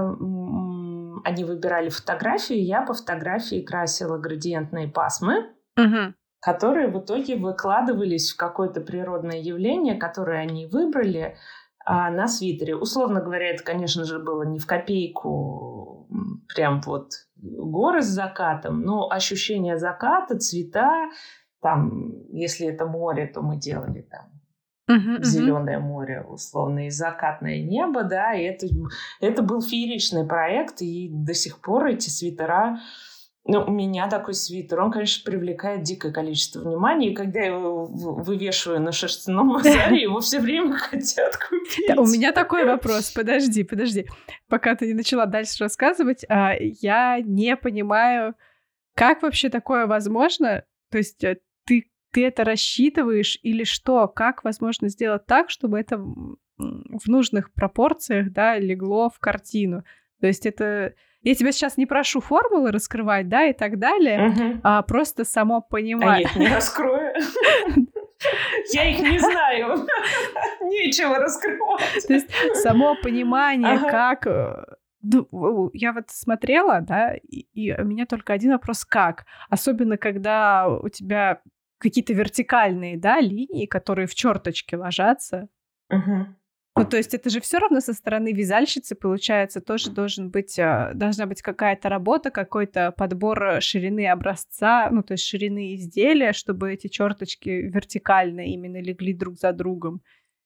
Они выбирали фотографии, я по фотографии красила градиентные пасмы. Которые в итоге выкладывались в какое-то природное явление, которое они выбрали на свитере. Условно говоря, это, конечно же, было не в копейку, прям вот горы с закатом, но ощущение заката, цвета, там, если это море, то мы делали там зеленое море, условно, и закатное небо, да, и это был фееричный проект, и до сих пор эти свитера... у меня такой свитер, он, конечно, привлекает дикое количество внимания, и когда я его вывешиваю на шерстяном базаре, его все время хотят купить. Да, у меня такой вопрос, подожди. Пока ты не начала дальше рассказывать, я не понимаю, как вообще такое возможно? То есть ты это рассчитываешь или что? Как возможно сделать так, чтобы это в нужных пропорциях, да, легло в картину? То есть это... Я тебя сейчас не прошу формулы раскрывать, да, и так далее, а просто само понимание. Я их не раскрою. Я их не знаю. Нечего раскрывать. То есть само понимание, как... Я вот смотрела, да, и у меня только один вопрос, как? Особенно, когда у тебя какие-то вертикальные, да, линии, которые в черточки ложатся. Ну, то есть это же все равно со стороны вязальщицы, получается, тоже должна быть какая-то работа, какой-то подбор ширины образца, ну, то есть ширины изделия, чтобы эти черточки вертикально именно легли друг за другом.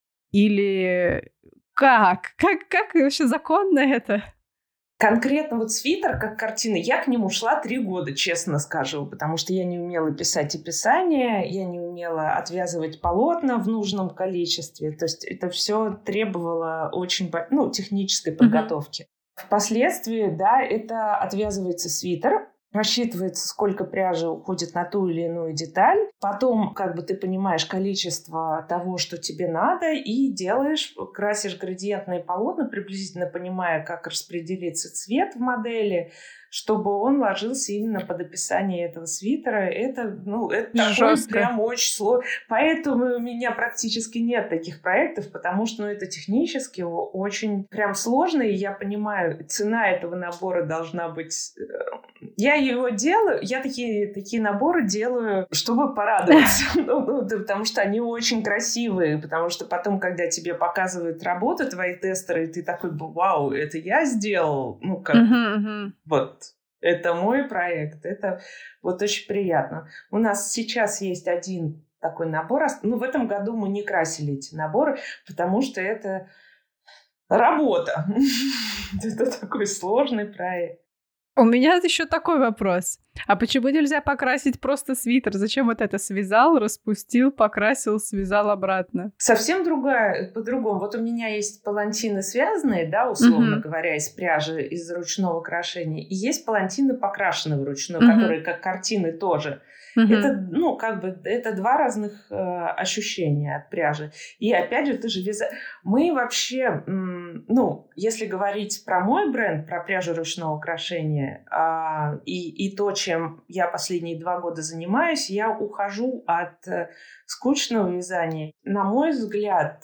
Или как? Как вообще законно это? Конкретно вот свитер как картина, я к нему шла 3 года, честно скажу, потому что я не умела писать описание, я не умела отвязывать полотна в нужном количестве. То есть это все требовало очень технической подготовки. Впоследствии, да, это отвязывается свитер, рассчитывается, сколько пряжи уходит на ту или иную деталь. Потом, ты понимаешь количество того, что тебе надо, и красишь градиентные полотна, приблизительно понимая, как распределится цвет в модели, чтобы он ложился именно под описание этого свитера. Это такое прям очень сложно. Поэтому у меня практически нет таких проектов, потому что это технически очень прям сложно, и я понимаю, цена этого набора должна быть... Я его делаю, я такие наборы делаю, чтобы порадоваться, потому что они очень красивые, потому что потом, когда тебе показывают работу твои тестеры, ты такой, вау, это я сделал, вот. Это мой проект, это вот очень приятно. У нас сейчас есть один такой набор, в этом году мы не красили эти наборы, потому что это работа. Это такой сложный проект. У меня еще такой вопрос. А почему нельзя покрасить просто свитер? Зачем вот это связал, распустил, покрасил, связал обратно? Совсем по-другому. Вот у меня есть палантины связанные, да, условно говоря, из пряжи, из ручного крошения. И есть палантины покрашенные вручную, которые как картины тоже. Это, это два разных ощущения от пряжи. И опять же, ты же Мы вообще, если говорить про мой бренд, про пряжу ручного крошения, и то, чем я последние 2 года занимаюсь, я ухожу от скучного вязания. На мой взгляд,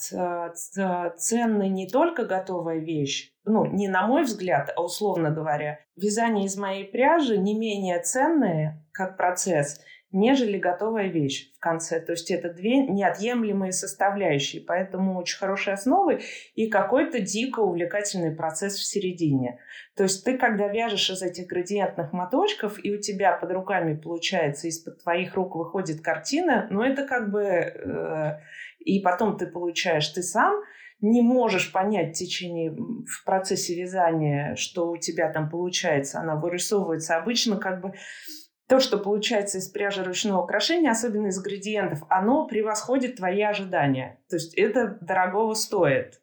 ценна не только готовая вещь, не на мой взгляд, а условно говоря, вязание из моей пряжи не менее ценное, как процесс, нежели готовая вещь в конце. То есть это 2 неотъемлемые составляющие, поэтому очень хорошие основы и какой-то дико увлекательный процесс в середине. То есть ты, когда вяжешь из этих градиентных моточков, и у тебя под руками получается, из-под твоих рук выходит картина, это и потом ты сам не можешь понять в процессе вязания, что у тебя там получается, она вырисовывается. Обычно то, что получается из пряжи ручного крошения, особенно из градиентов, оно превосходит твои ожидания. То есть это дорогого стоит.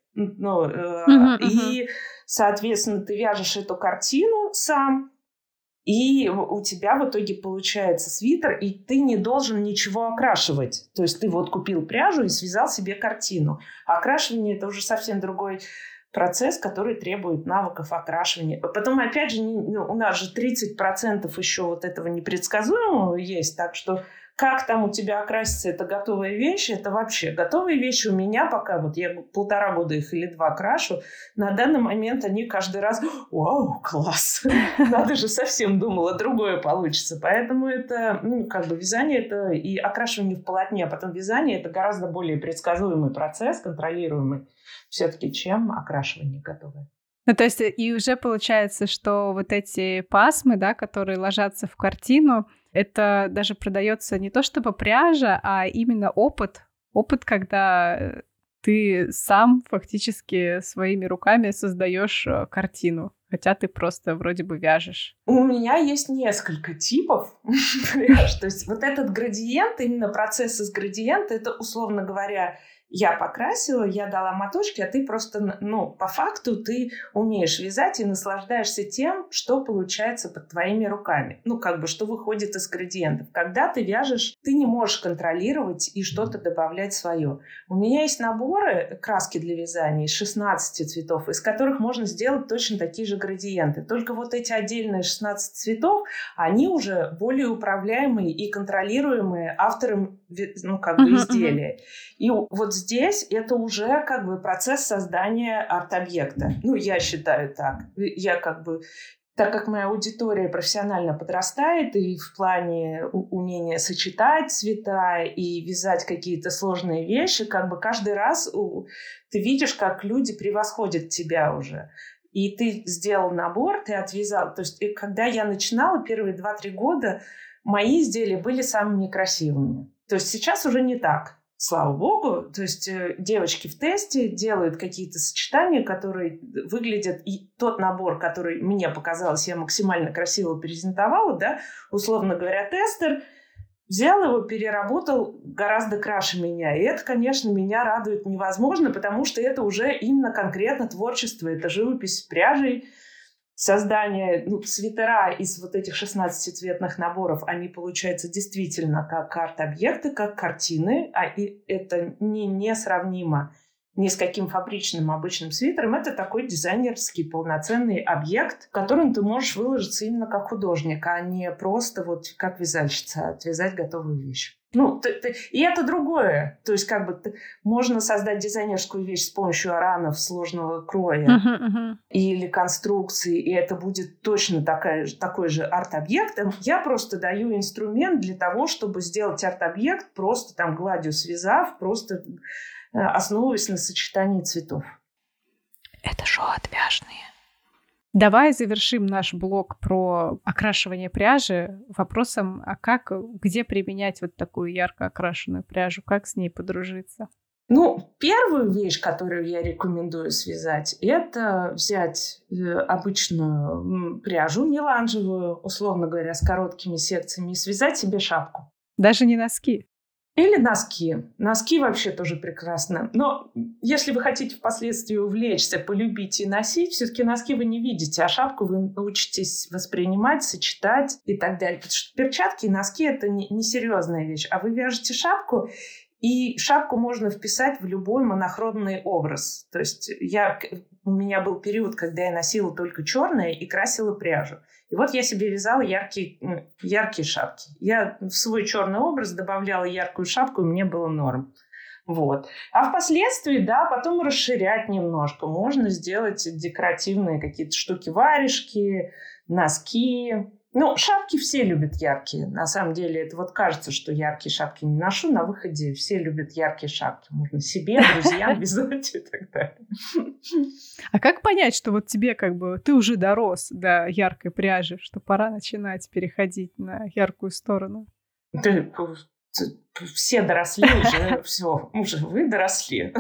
И, соответственно, ты вяжешь эту картину сам, и у тебя в итоге получается свитер, и ты не должен ничего окрашивать. То есть ты купил пряжу и связал себе картину. А окрашивание – это уже совсем другой процесс, который требует навыков окрашивания. Потом, опять же, у нас же 30% еще этого непредсказуемого есть, так что как там у тебя окрасится эта готовая вещь, это вообще готовые вещи у меня пока, я 1,5 года их или 2 крашу, на данный момент они каждый раз, вау, класс, надо же, совсем думала, другое получится. Поэтому это, вязание это и окрашивание в полотне, а потом вязание это гораздо более предсказуемый процесс, контролируемый все-таки, чем окрашивание готовое. То есть и уже получается, что вот эти пасмы, да, которые ложатся в картину, это даже продается не то чтобы пряжа, а именно опыт. Опыт, когда ты сам фактически своими руками создаешь картину, хотя ты просто вроде бы вяжешь. У меня есть несколько типов пряж. То есть этот градиент, именно процесс из градиента, это, условно говоря, я покрасила, я дала моточки, а ты просто, по факту ты умеешь вязать и наслаждаешься тем, что получается под твоими руками. Что выходит из градиентов. Когда ты вяжешь, ты не можешь контролировать и что-то добавлять свое. У меня есть наборы краски для вязания из 16 цветов, из которых можно сделать точно такие же градиенты. Только эти отдельные 16 цветов, они уже более управляемые и контролируемые автором, изделия. И здесь это уже процесс создания арт-объекта. Я считаю так. Я Так как моя аудитория профессионально подрастает, и в плане умения сочетать цвета и вязать какие-то сложные вещи, как бы каждый раз ты видишь, как люди превосходят тебя уже. И ты сделал набор, ты отвязал. То есть, когда я начинала первые 2-3 года, мои изделия были самыми красивыми. То есть сейчас уже не так. Слава богу, то есть девочки в тесте делают какие-то сочетания, которые выглядят, и тот набор, который мне показалось, я максимально красиво презентовала, да, условно говоря, тестер взял его, переработал гораздо краше меня. И это, конечно, меня радует невозможно, потому что это уже именно конкретно творчество, это живопись пряжей, создание свитера из вот этих 16-цветных наборов, они получаются действительно как арт-объекты, как картины, и это несравнимо ни с каким фабричным обычным свитером. Это такой дизайнерский полноценный объект, в котором ты можешь выложиться именно как художник, а не просто вот как вязальщица, отвязать готовую вещь. И это другое. То есть как бы можно создать дизайнерскую вещь с помощью аранов сложного кроя или конструкции, и это будет точно такой же арт-объект. Я просто даю инструмент для того, чтобы сделать арт-объект, просто там гладью связав, просто основываясь на сочетании цветов. Это шоу «Отвяжные». Давай завершим наш блог про окрашивание пряжи вопросом, где применять вот такую ярко окрашенную пряжу, как с ней подружиться? Первую вещь, которую я рекомендую связать, это взять обычную пряжу меланжевую, условно говоря, с короткими секциями, и связать себе шапку. Даже не носки? Или носки. Носки вообще тоже прекрасно. Но если вы хотите впоследствии увлечься, полюбить и носить, все-таки носки вы не видите, а шапку вы научитесь воспринимать, сочетать и так далее. Потому что перчатки и носки – это несерьезная вещь. А вы вяжете шапку, и шапку можно вписать в любой монохромный образ. То есть у меня был период, когда я носила только черное и красила пряжу. И вот я себе вязала яркие шапки. Я в свой черный образ добавляла яркую шапку, и мне было норм. Вот. А впоследствии, потом расширять немножко. Можно сделать декоративные какие-то штуки-варежки, носки. Шапки все любят яркие. На самом деле, это вот кажется, что яркие шапки не ношу. На выходе все любят яркие шапки. Можно себе, друзьям вязать и так далее. А как понять, что вот тебе ты уже дорос до яркой пряжи, что пора начинать переходить на яркую сторону? Все доросли уже, все, уже вы доросли.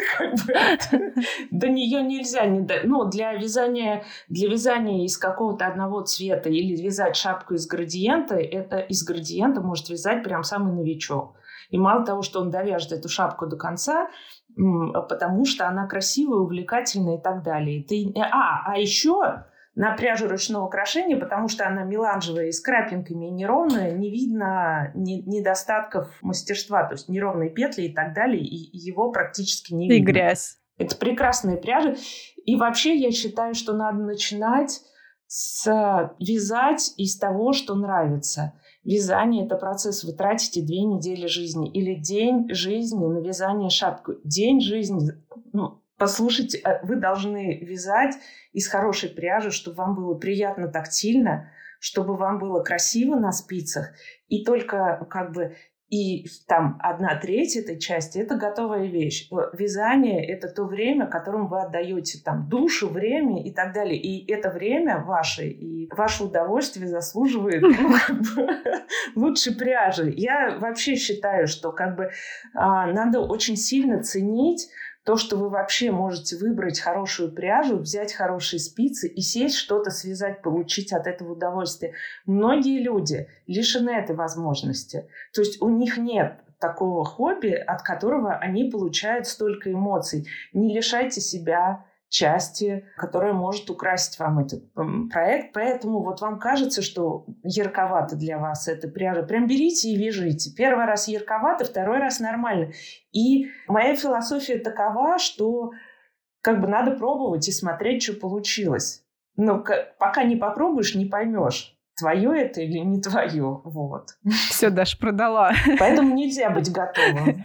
До нее нельзя. Для вязания из какого-то одного цвета или вязать шапку из градиента, это из градиента может вязать прям самый новичок. И мало того, что он довяжет эту шапку до конца, потому что она красивая, увлекательная и так далее. А еще на пряжу ручного крошения, потому что она меланжевая и с крапинками и неровная, не видно недостатков мастерства, то есть неровные петли и так далее, и его практически не видно. И грязь. Это прекрасная пряжа. И вообще я считаю, что надо начинать вязать из того, что нравится. Вязание – это процесс. Вы тратите 2 недели жизни или день жизни на вязание шапки. День жизни. Послушайте, вы должны вязать из хорошей пряжи, чтобы вам было приятно тактильно, чтобы вам было красиво на спицах. И только и там 1/3 этой части – это готовая вещь. Вязание – это то время, которым вы отдаете душу, время и так далее. И это время ваше, и ваше удовольствие заслуживает лучшей пряжи. Я вообще считаю, что надо очень сильно ценить то, что вы вообще можете выбрать хорошую пряжу, взять хорошие спицы и сесть, что-то связать, получить от этого удовольствие. Многие люди лишены этой возможности. То есть у них нет такого хобби, от которого они получают столько эмоций. Не лишайте себя части, которая может украсить вам этот проект. Поэтому вам кажется, что ярковато для вас эта пряжа. Прям берите и вяжите. 1 раз ярковато, 2 раз нормально. И моя философия такова, что надо пробовать и смотреть, что получилось. Но пока не попробуешь, не поймешь, твое это или не твое. Вот. Все, Даш, продала. Поэтому нельзя быть готовым.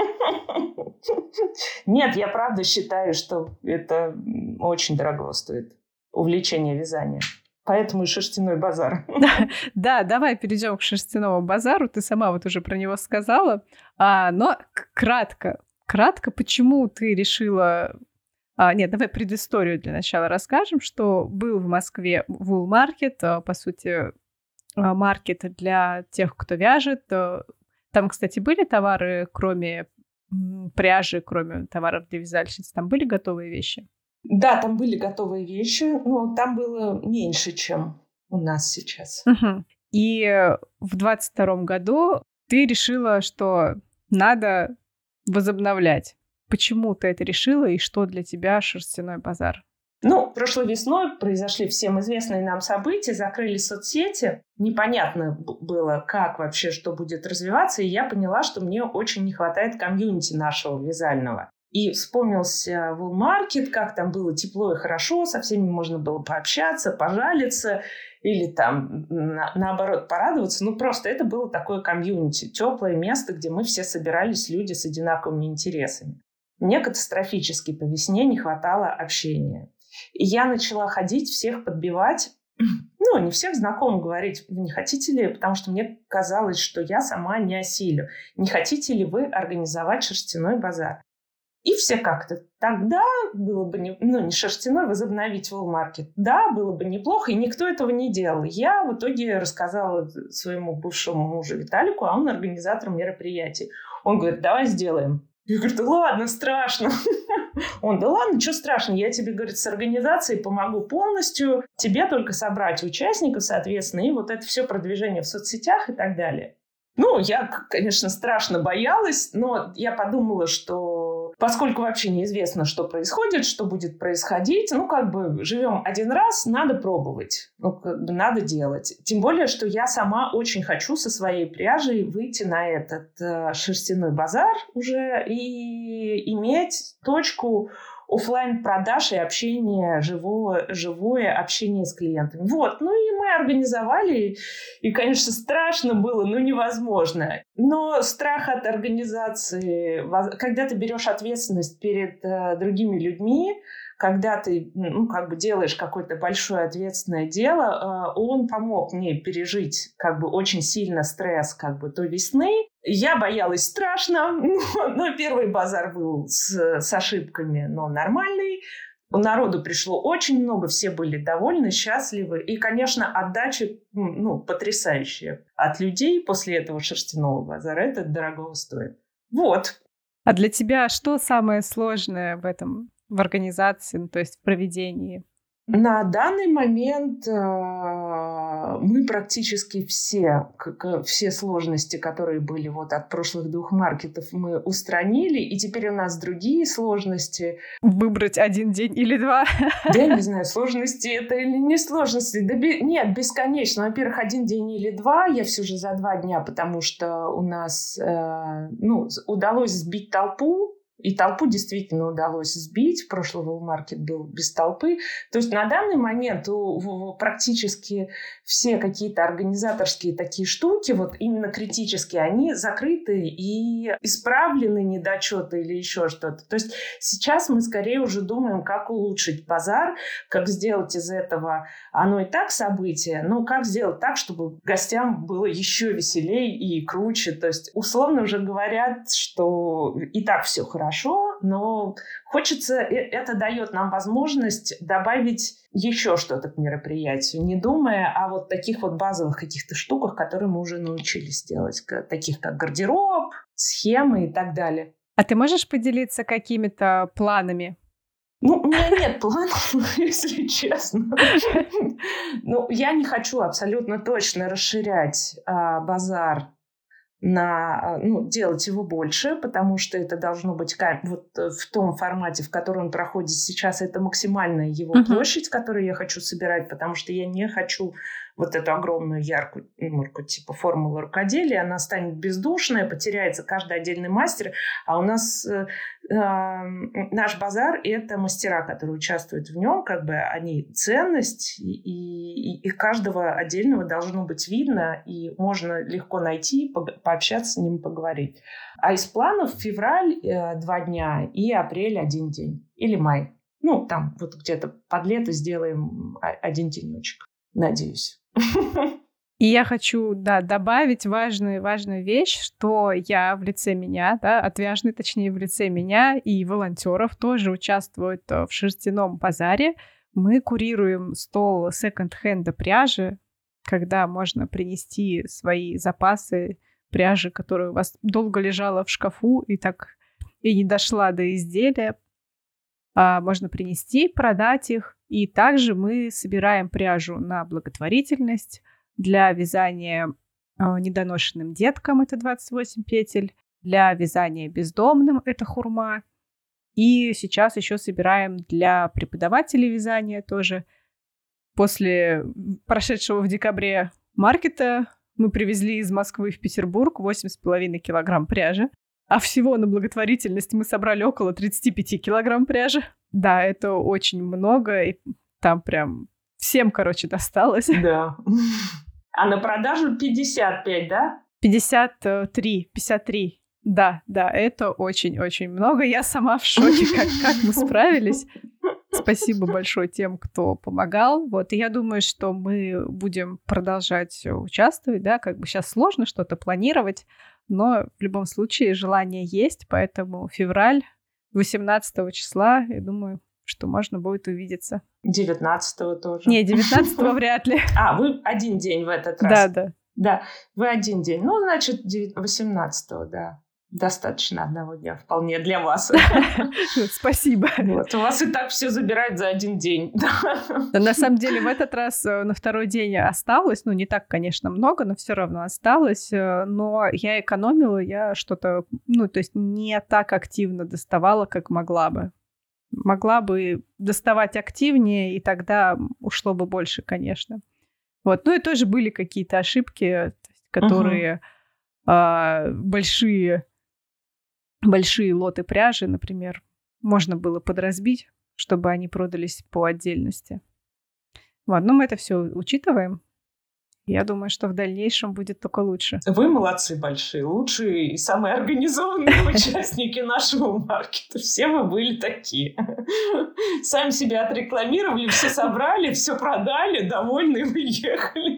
Нет, я правда считаю, что это очень дорого стоит. Увлечение вязанием. Поэтому и шерстяной базар. Да, давай перейдем к шерстяному базару. Ты сама вот уже про него сказала. Но кратко, почему ты решила... Нет, давай предысторию для начала расскажем, что был в Москве Wool Market, по сути, маркет для тех, кто вяжет. Там, кстати, были товары, кроме пряжи, кроме товаров для вязальщиц, там были готовые вещи? Да, там были готовые вещи, но там было меньше, чем у нас сейчас. И в 22-м году ты решила, что надо возобновлять. Почему ты это решила и что для тебя шерстяной базар? Прошлой весной произошли всем известные нам события, закрыли соцсети. Непонятно было, как вообще, что будет развиваться, и я поняла, что мне очень не хватает комьюнити нашего вязального. И вспомнился Wool Market, как там было тепло и хорошо, со всеми можно было пообщаться, пожалиться или там наоборот порадоваться. Просто это было такое комьюнити, теплое место, где мы все собирались, люди с одинаковыми интересами. Мне катастрофически по весне не хватало общения. И я начала ходить, всех подбивать. Не всех знакомым говорить, вы не хотите ли, потому что мне казалось, что я сама не осилю. Не хотите ли вы организовать шерстяной базар? И все как-то, тогда было бы, не шерстяной, возобновить Wool Market. Да, было бы неплохо, и никто этого не делал. Я в итоге рассказала своему бывшему мужу Виталику, а он организатор мероприятий. Он говорит, давай сделаем. Я говорю, да ладно, страшно. Он, да ладно, что страшно, я тебе, говорит, с организацией помогу полностью, тебе только собрать участников, соответственно, и вот это все продвижение в соцсетях и так далее. Я, конечно, страшно боялась, но я подумала, что поскольку вообще неизвестно, что происходит, что будет происходить, живем один раз, надо пробовать, надо делать. Тем более, что я сама очень хочу со своей пряжей выйти на этот шерстяной базар уже и иметь точку офлайн-продаж и общение, живое общение с клиентами. И мы организовали, и, конечно, страшно было, невозможно. Но страх от организации, когда ты берешь ответственность перед другими людьми, когда ты делаешь какое-то большое ответственное дело, он помог мне пережить очень сильно стресс той весны. Я боялась страшно, но первый базар был с ошибками, но нормальный. Народу пришло очень много, все были довольны, счастливы. И, конечно, отдача потрясающая от людей после этого шерстяного базара. Это дорого стоит. А для тебя что самое сложное в организации, то есть в проведении? На данный момент мы практически все сложности, которые были от прошлых 2 маркетов, мы устранили, и теперь у нас другие сложности. Выбрать 1 день или 2? Да, я не знаю, сложности это или не сложности. Нет, бесконечно. Во-первых, 1 день или 2, я все же за 2 дня, потому что у нас удалось сбить толпу. И толпу действительно удалось сбить. Прошлый Wool Market был без толпы. То есть на данный момент практически все какие-то организаторские такие штуки, именно критические, они закрыты и исправлены недочеты или еще что-то. То есть сейчас мы скорее уже думаем, как улучшить базар, как сделать из этого, оно и так событие, но как сделать так, чтобы гостям было еще веселее и круче. То есть условно уже говорят, что и так все хорошо, но хочется, это дает нам возможность добавить еще что-то к мероприятию, не думая о таких базовых каких-то штуках, которые мы уже научились делать, таких как гардероб, схемы и так далее. А ты можешь поделиться какими-то планами? У меня нет планов, если честно. Я не хочу абсолютно точно расширять базар, делать его больше, потому что это должно быть в том формате, в котором он проходит сейчас, это максимальная его площадь, которую я хочу собирать, потому что я не хочу эту огромную яркую типа формулы рукоделия, она станет бездушная, потеряется каждый отдельный мастер, а у нас наш базар — это мастера, которые участвуют в нем, они ценность, и каждого отдельного должно быть видно, и можно легко найти, пообщаться с ним, поговорить. А из планов февраль 2 дня и апрель 1 день. Или май. Там где-то под лето сделаем 1 денечек. Надеюсь. И я хочу, добавить важную вещь, что я в лице меня, отвяжный, точнее, в лице меня и волонтеров тоже участвуют в шерстяном базаре. Мы курируем стол секонд-хенда пряжи, когда можно принести свои запасы пряжи, которая у вас долго лежала в шкафу и не дошла до изделия. Можно принести, продать их. И также мы собираем пряжу на благотворительность для вязания недоношенным деткам, это 28 петель, для вязания бездомным, это хурма. И сейчас еще собираем для преподавателей вязания тоже. После прошедшего в декабре маркета мы привезли из Москвы в Петербург 8,5 килограмм пряжи. А всего на благотворительность мы собрали около 35 килограмм пряжи. Да, это очень много, и там прям всем, досталось. Да. А на продажу 55, да? 53. Да, это очень-очень много. Я сама в шоке, как мы справились. Спасибо большое тем, кто помогал. И я думаю, что мы будем продолжать участвовать, сейчас сложно что-то планировать, но в любом случае желание есть, поэтому февраль 18 числа, я думаю, что можно будет увидеться. 19 тоже. Не, 19 вряд ли. Вы один день в этот раз. Да, вы один день. Значит, 18, да. Достаточно одного дня вполне для вас. Спасибо. У вас и так все забирают за один день. На самом деле в этот раз на второй день осталось, не так, конечно, много, но все равно осталось. Но я экономила, я что-то, то есть не так активно доставала, как могла бы. Могла бы доставать активнее, и тогда ушло бы больше, конечно. И тоже были какие-то ошибки, которые большие лоты пряжи, например, можно было подразбить, чтобы они продались по отдельности. Но мы это все учитываем. Я думаю, что в дальнейшем будет только лучше. Вы молодцы большие, лучшие и самые организованные участники нашего маркета. Все вы были такие. Сами себя отрекламировали, все собрали, все продали, довольны и уехали.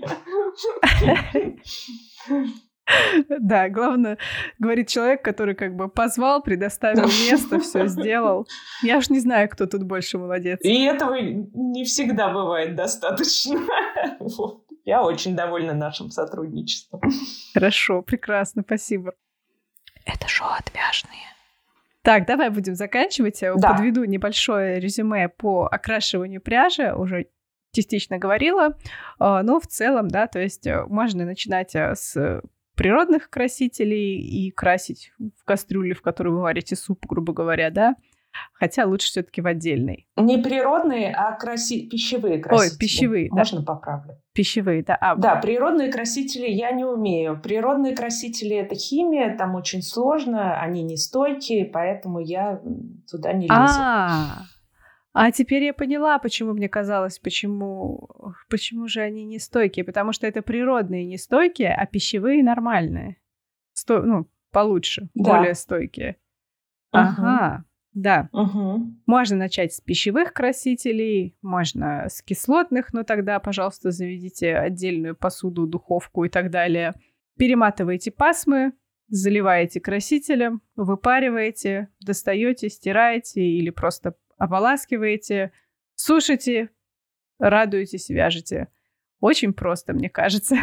Да, главное, говорит человек, который позвал, предоставил место, все сделал. Я уж не знаю, кто тут больше молодец. И этого не всегда бывает достаточно. Я очень довольна нашим сотрудничеством. Хорошо, прекрасно, спасибо. Это шоу «Отвяжные». Так, давай будем заканчивать. Да. Подведу небольшое резюме по окрашиванию пряжи. Уже частично говорила. Но в целом, то есть можно начинать с природных красителей и красить в кастрюле, в которой вы варите суп, грубо говоря, Хотя лучше все-таки в отдельной. Не природные, а пищевые красители. Ой, пищевые, Можно поправлю? Пищевые, да. Да, природные красители я не умею. Природные красители — это химия, там очень сложно, они не стойкие, поэтому я туда не лезу. А теперь я поняла, почему мне казалось, почему же они не стойкие. Потому что это природные не стойкие, а пищевые нормальные. Получше, более стойкие. Ага, да. Можно начать с пищевых красителей, можно с кислотных, но тогда, пожалуйста, заведите отдельную посуду, духовку и так далее. Перематываете пасмы, заливаете красителем, выпариваете, достаете, стираете или просто ополаскиваете, сушите, радуетесь, вяжете. Очень просто, мне кажется.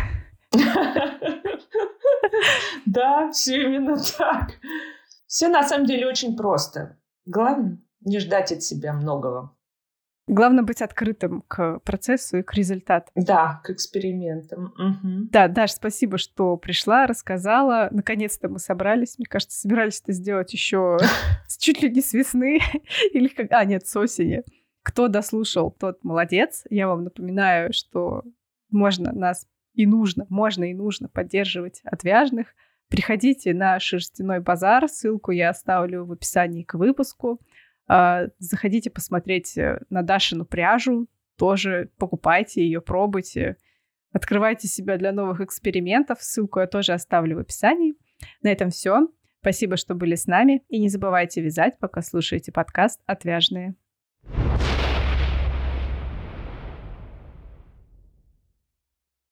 Да, все именно так. Все на самом деле очень просто. Главное не ждать от себя многого. Главное быть открытым к процессу и к результату. Да, к экспериментам. Угу. Да, Даш, спасибо, что пришла, рассказала. Наконец-то мы собрались. Мне кажется, собирались это сделать еще чуть ли не с весны. Нет, с осени. Кто дослушал, тот молодец. Я вам напоминаю, что можно и нужно поддерживать отвяжных. Приходите на шерстяной базар. Ссылку я оставлю в описании к выпуску. Заходите посмотреть на Дашину пряжу, тоже покупайте ее, пробуйте, открывайте себя для новых экспериментов. Ссылку я тоже оставлю в описании. На этом все. Спасибо, что были с нами. И не забывайте вязать, пока слушаете подкаст «Отвяжные».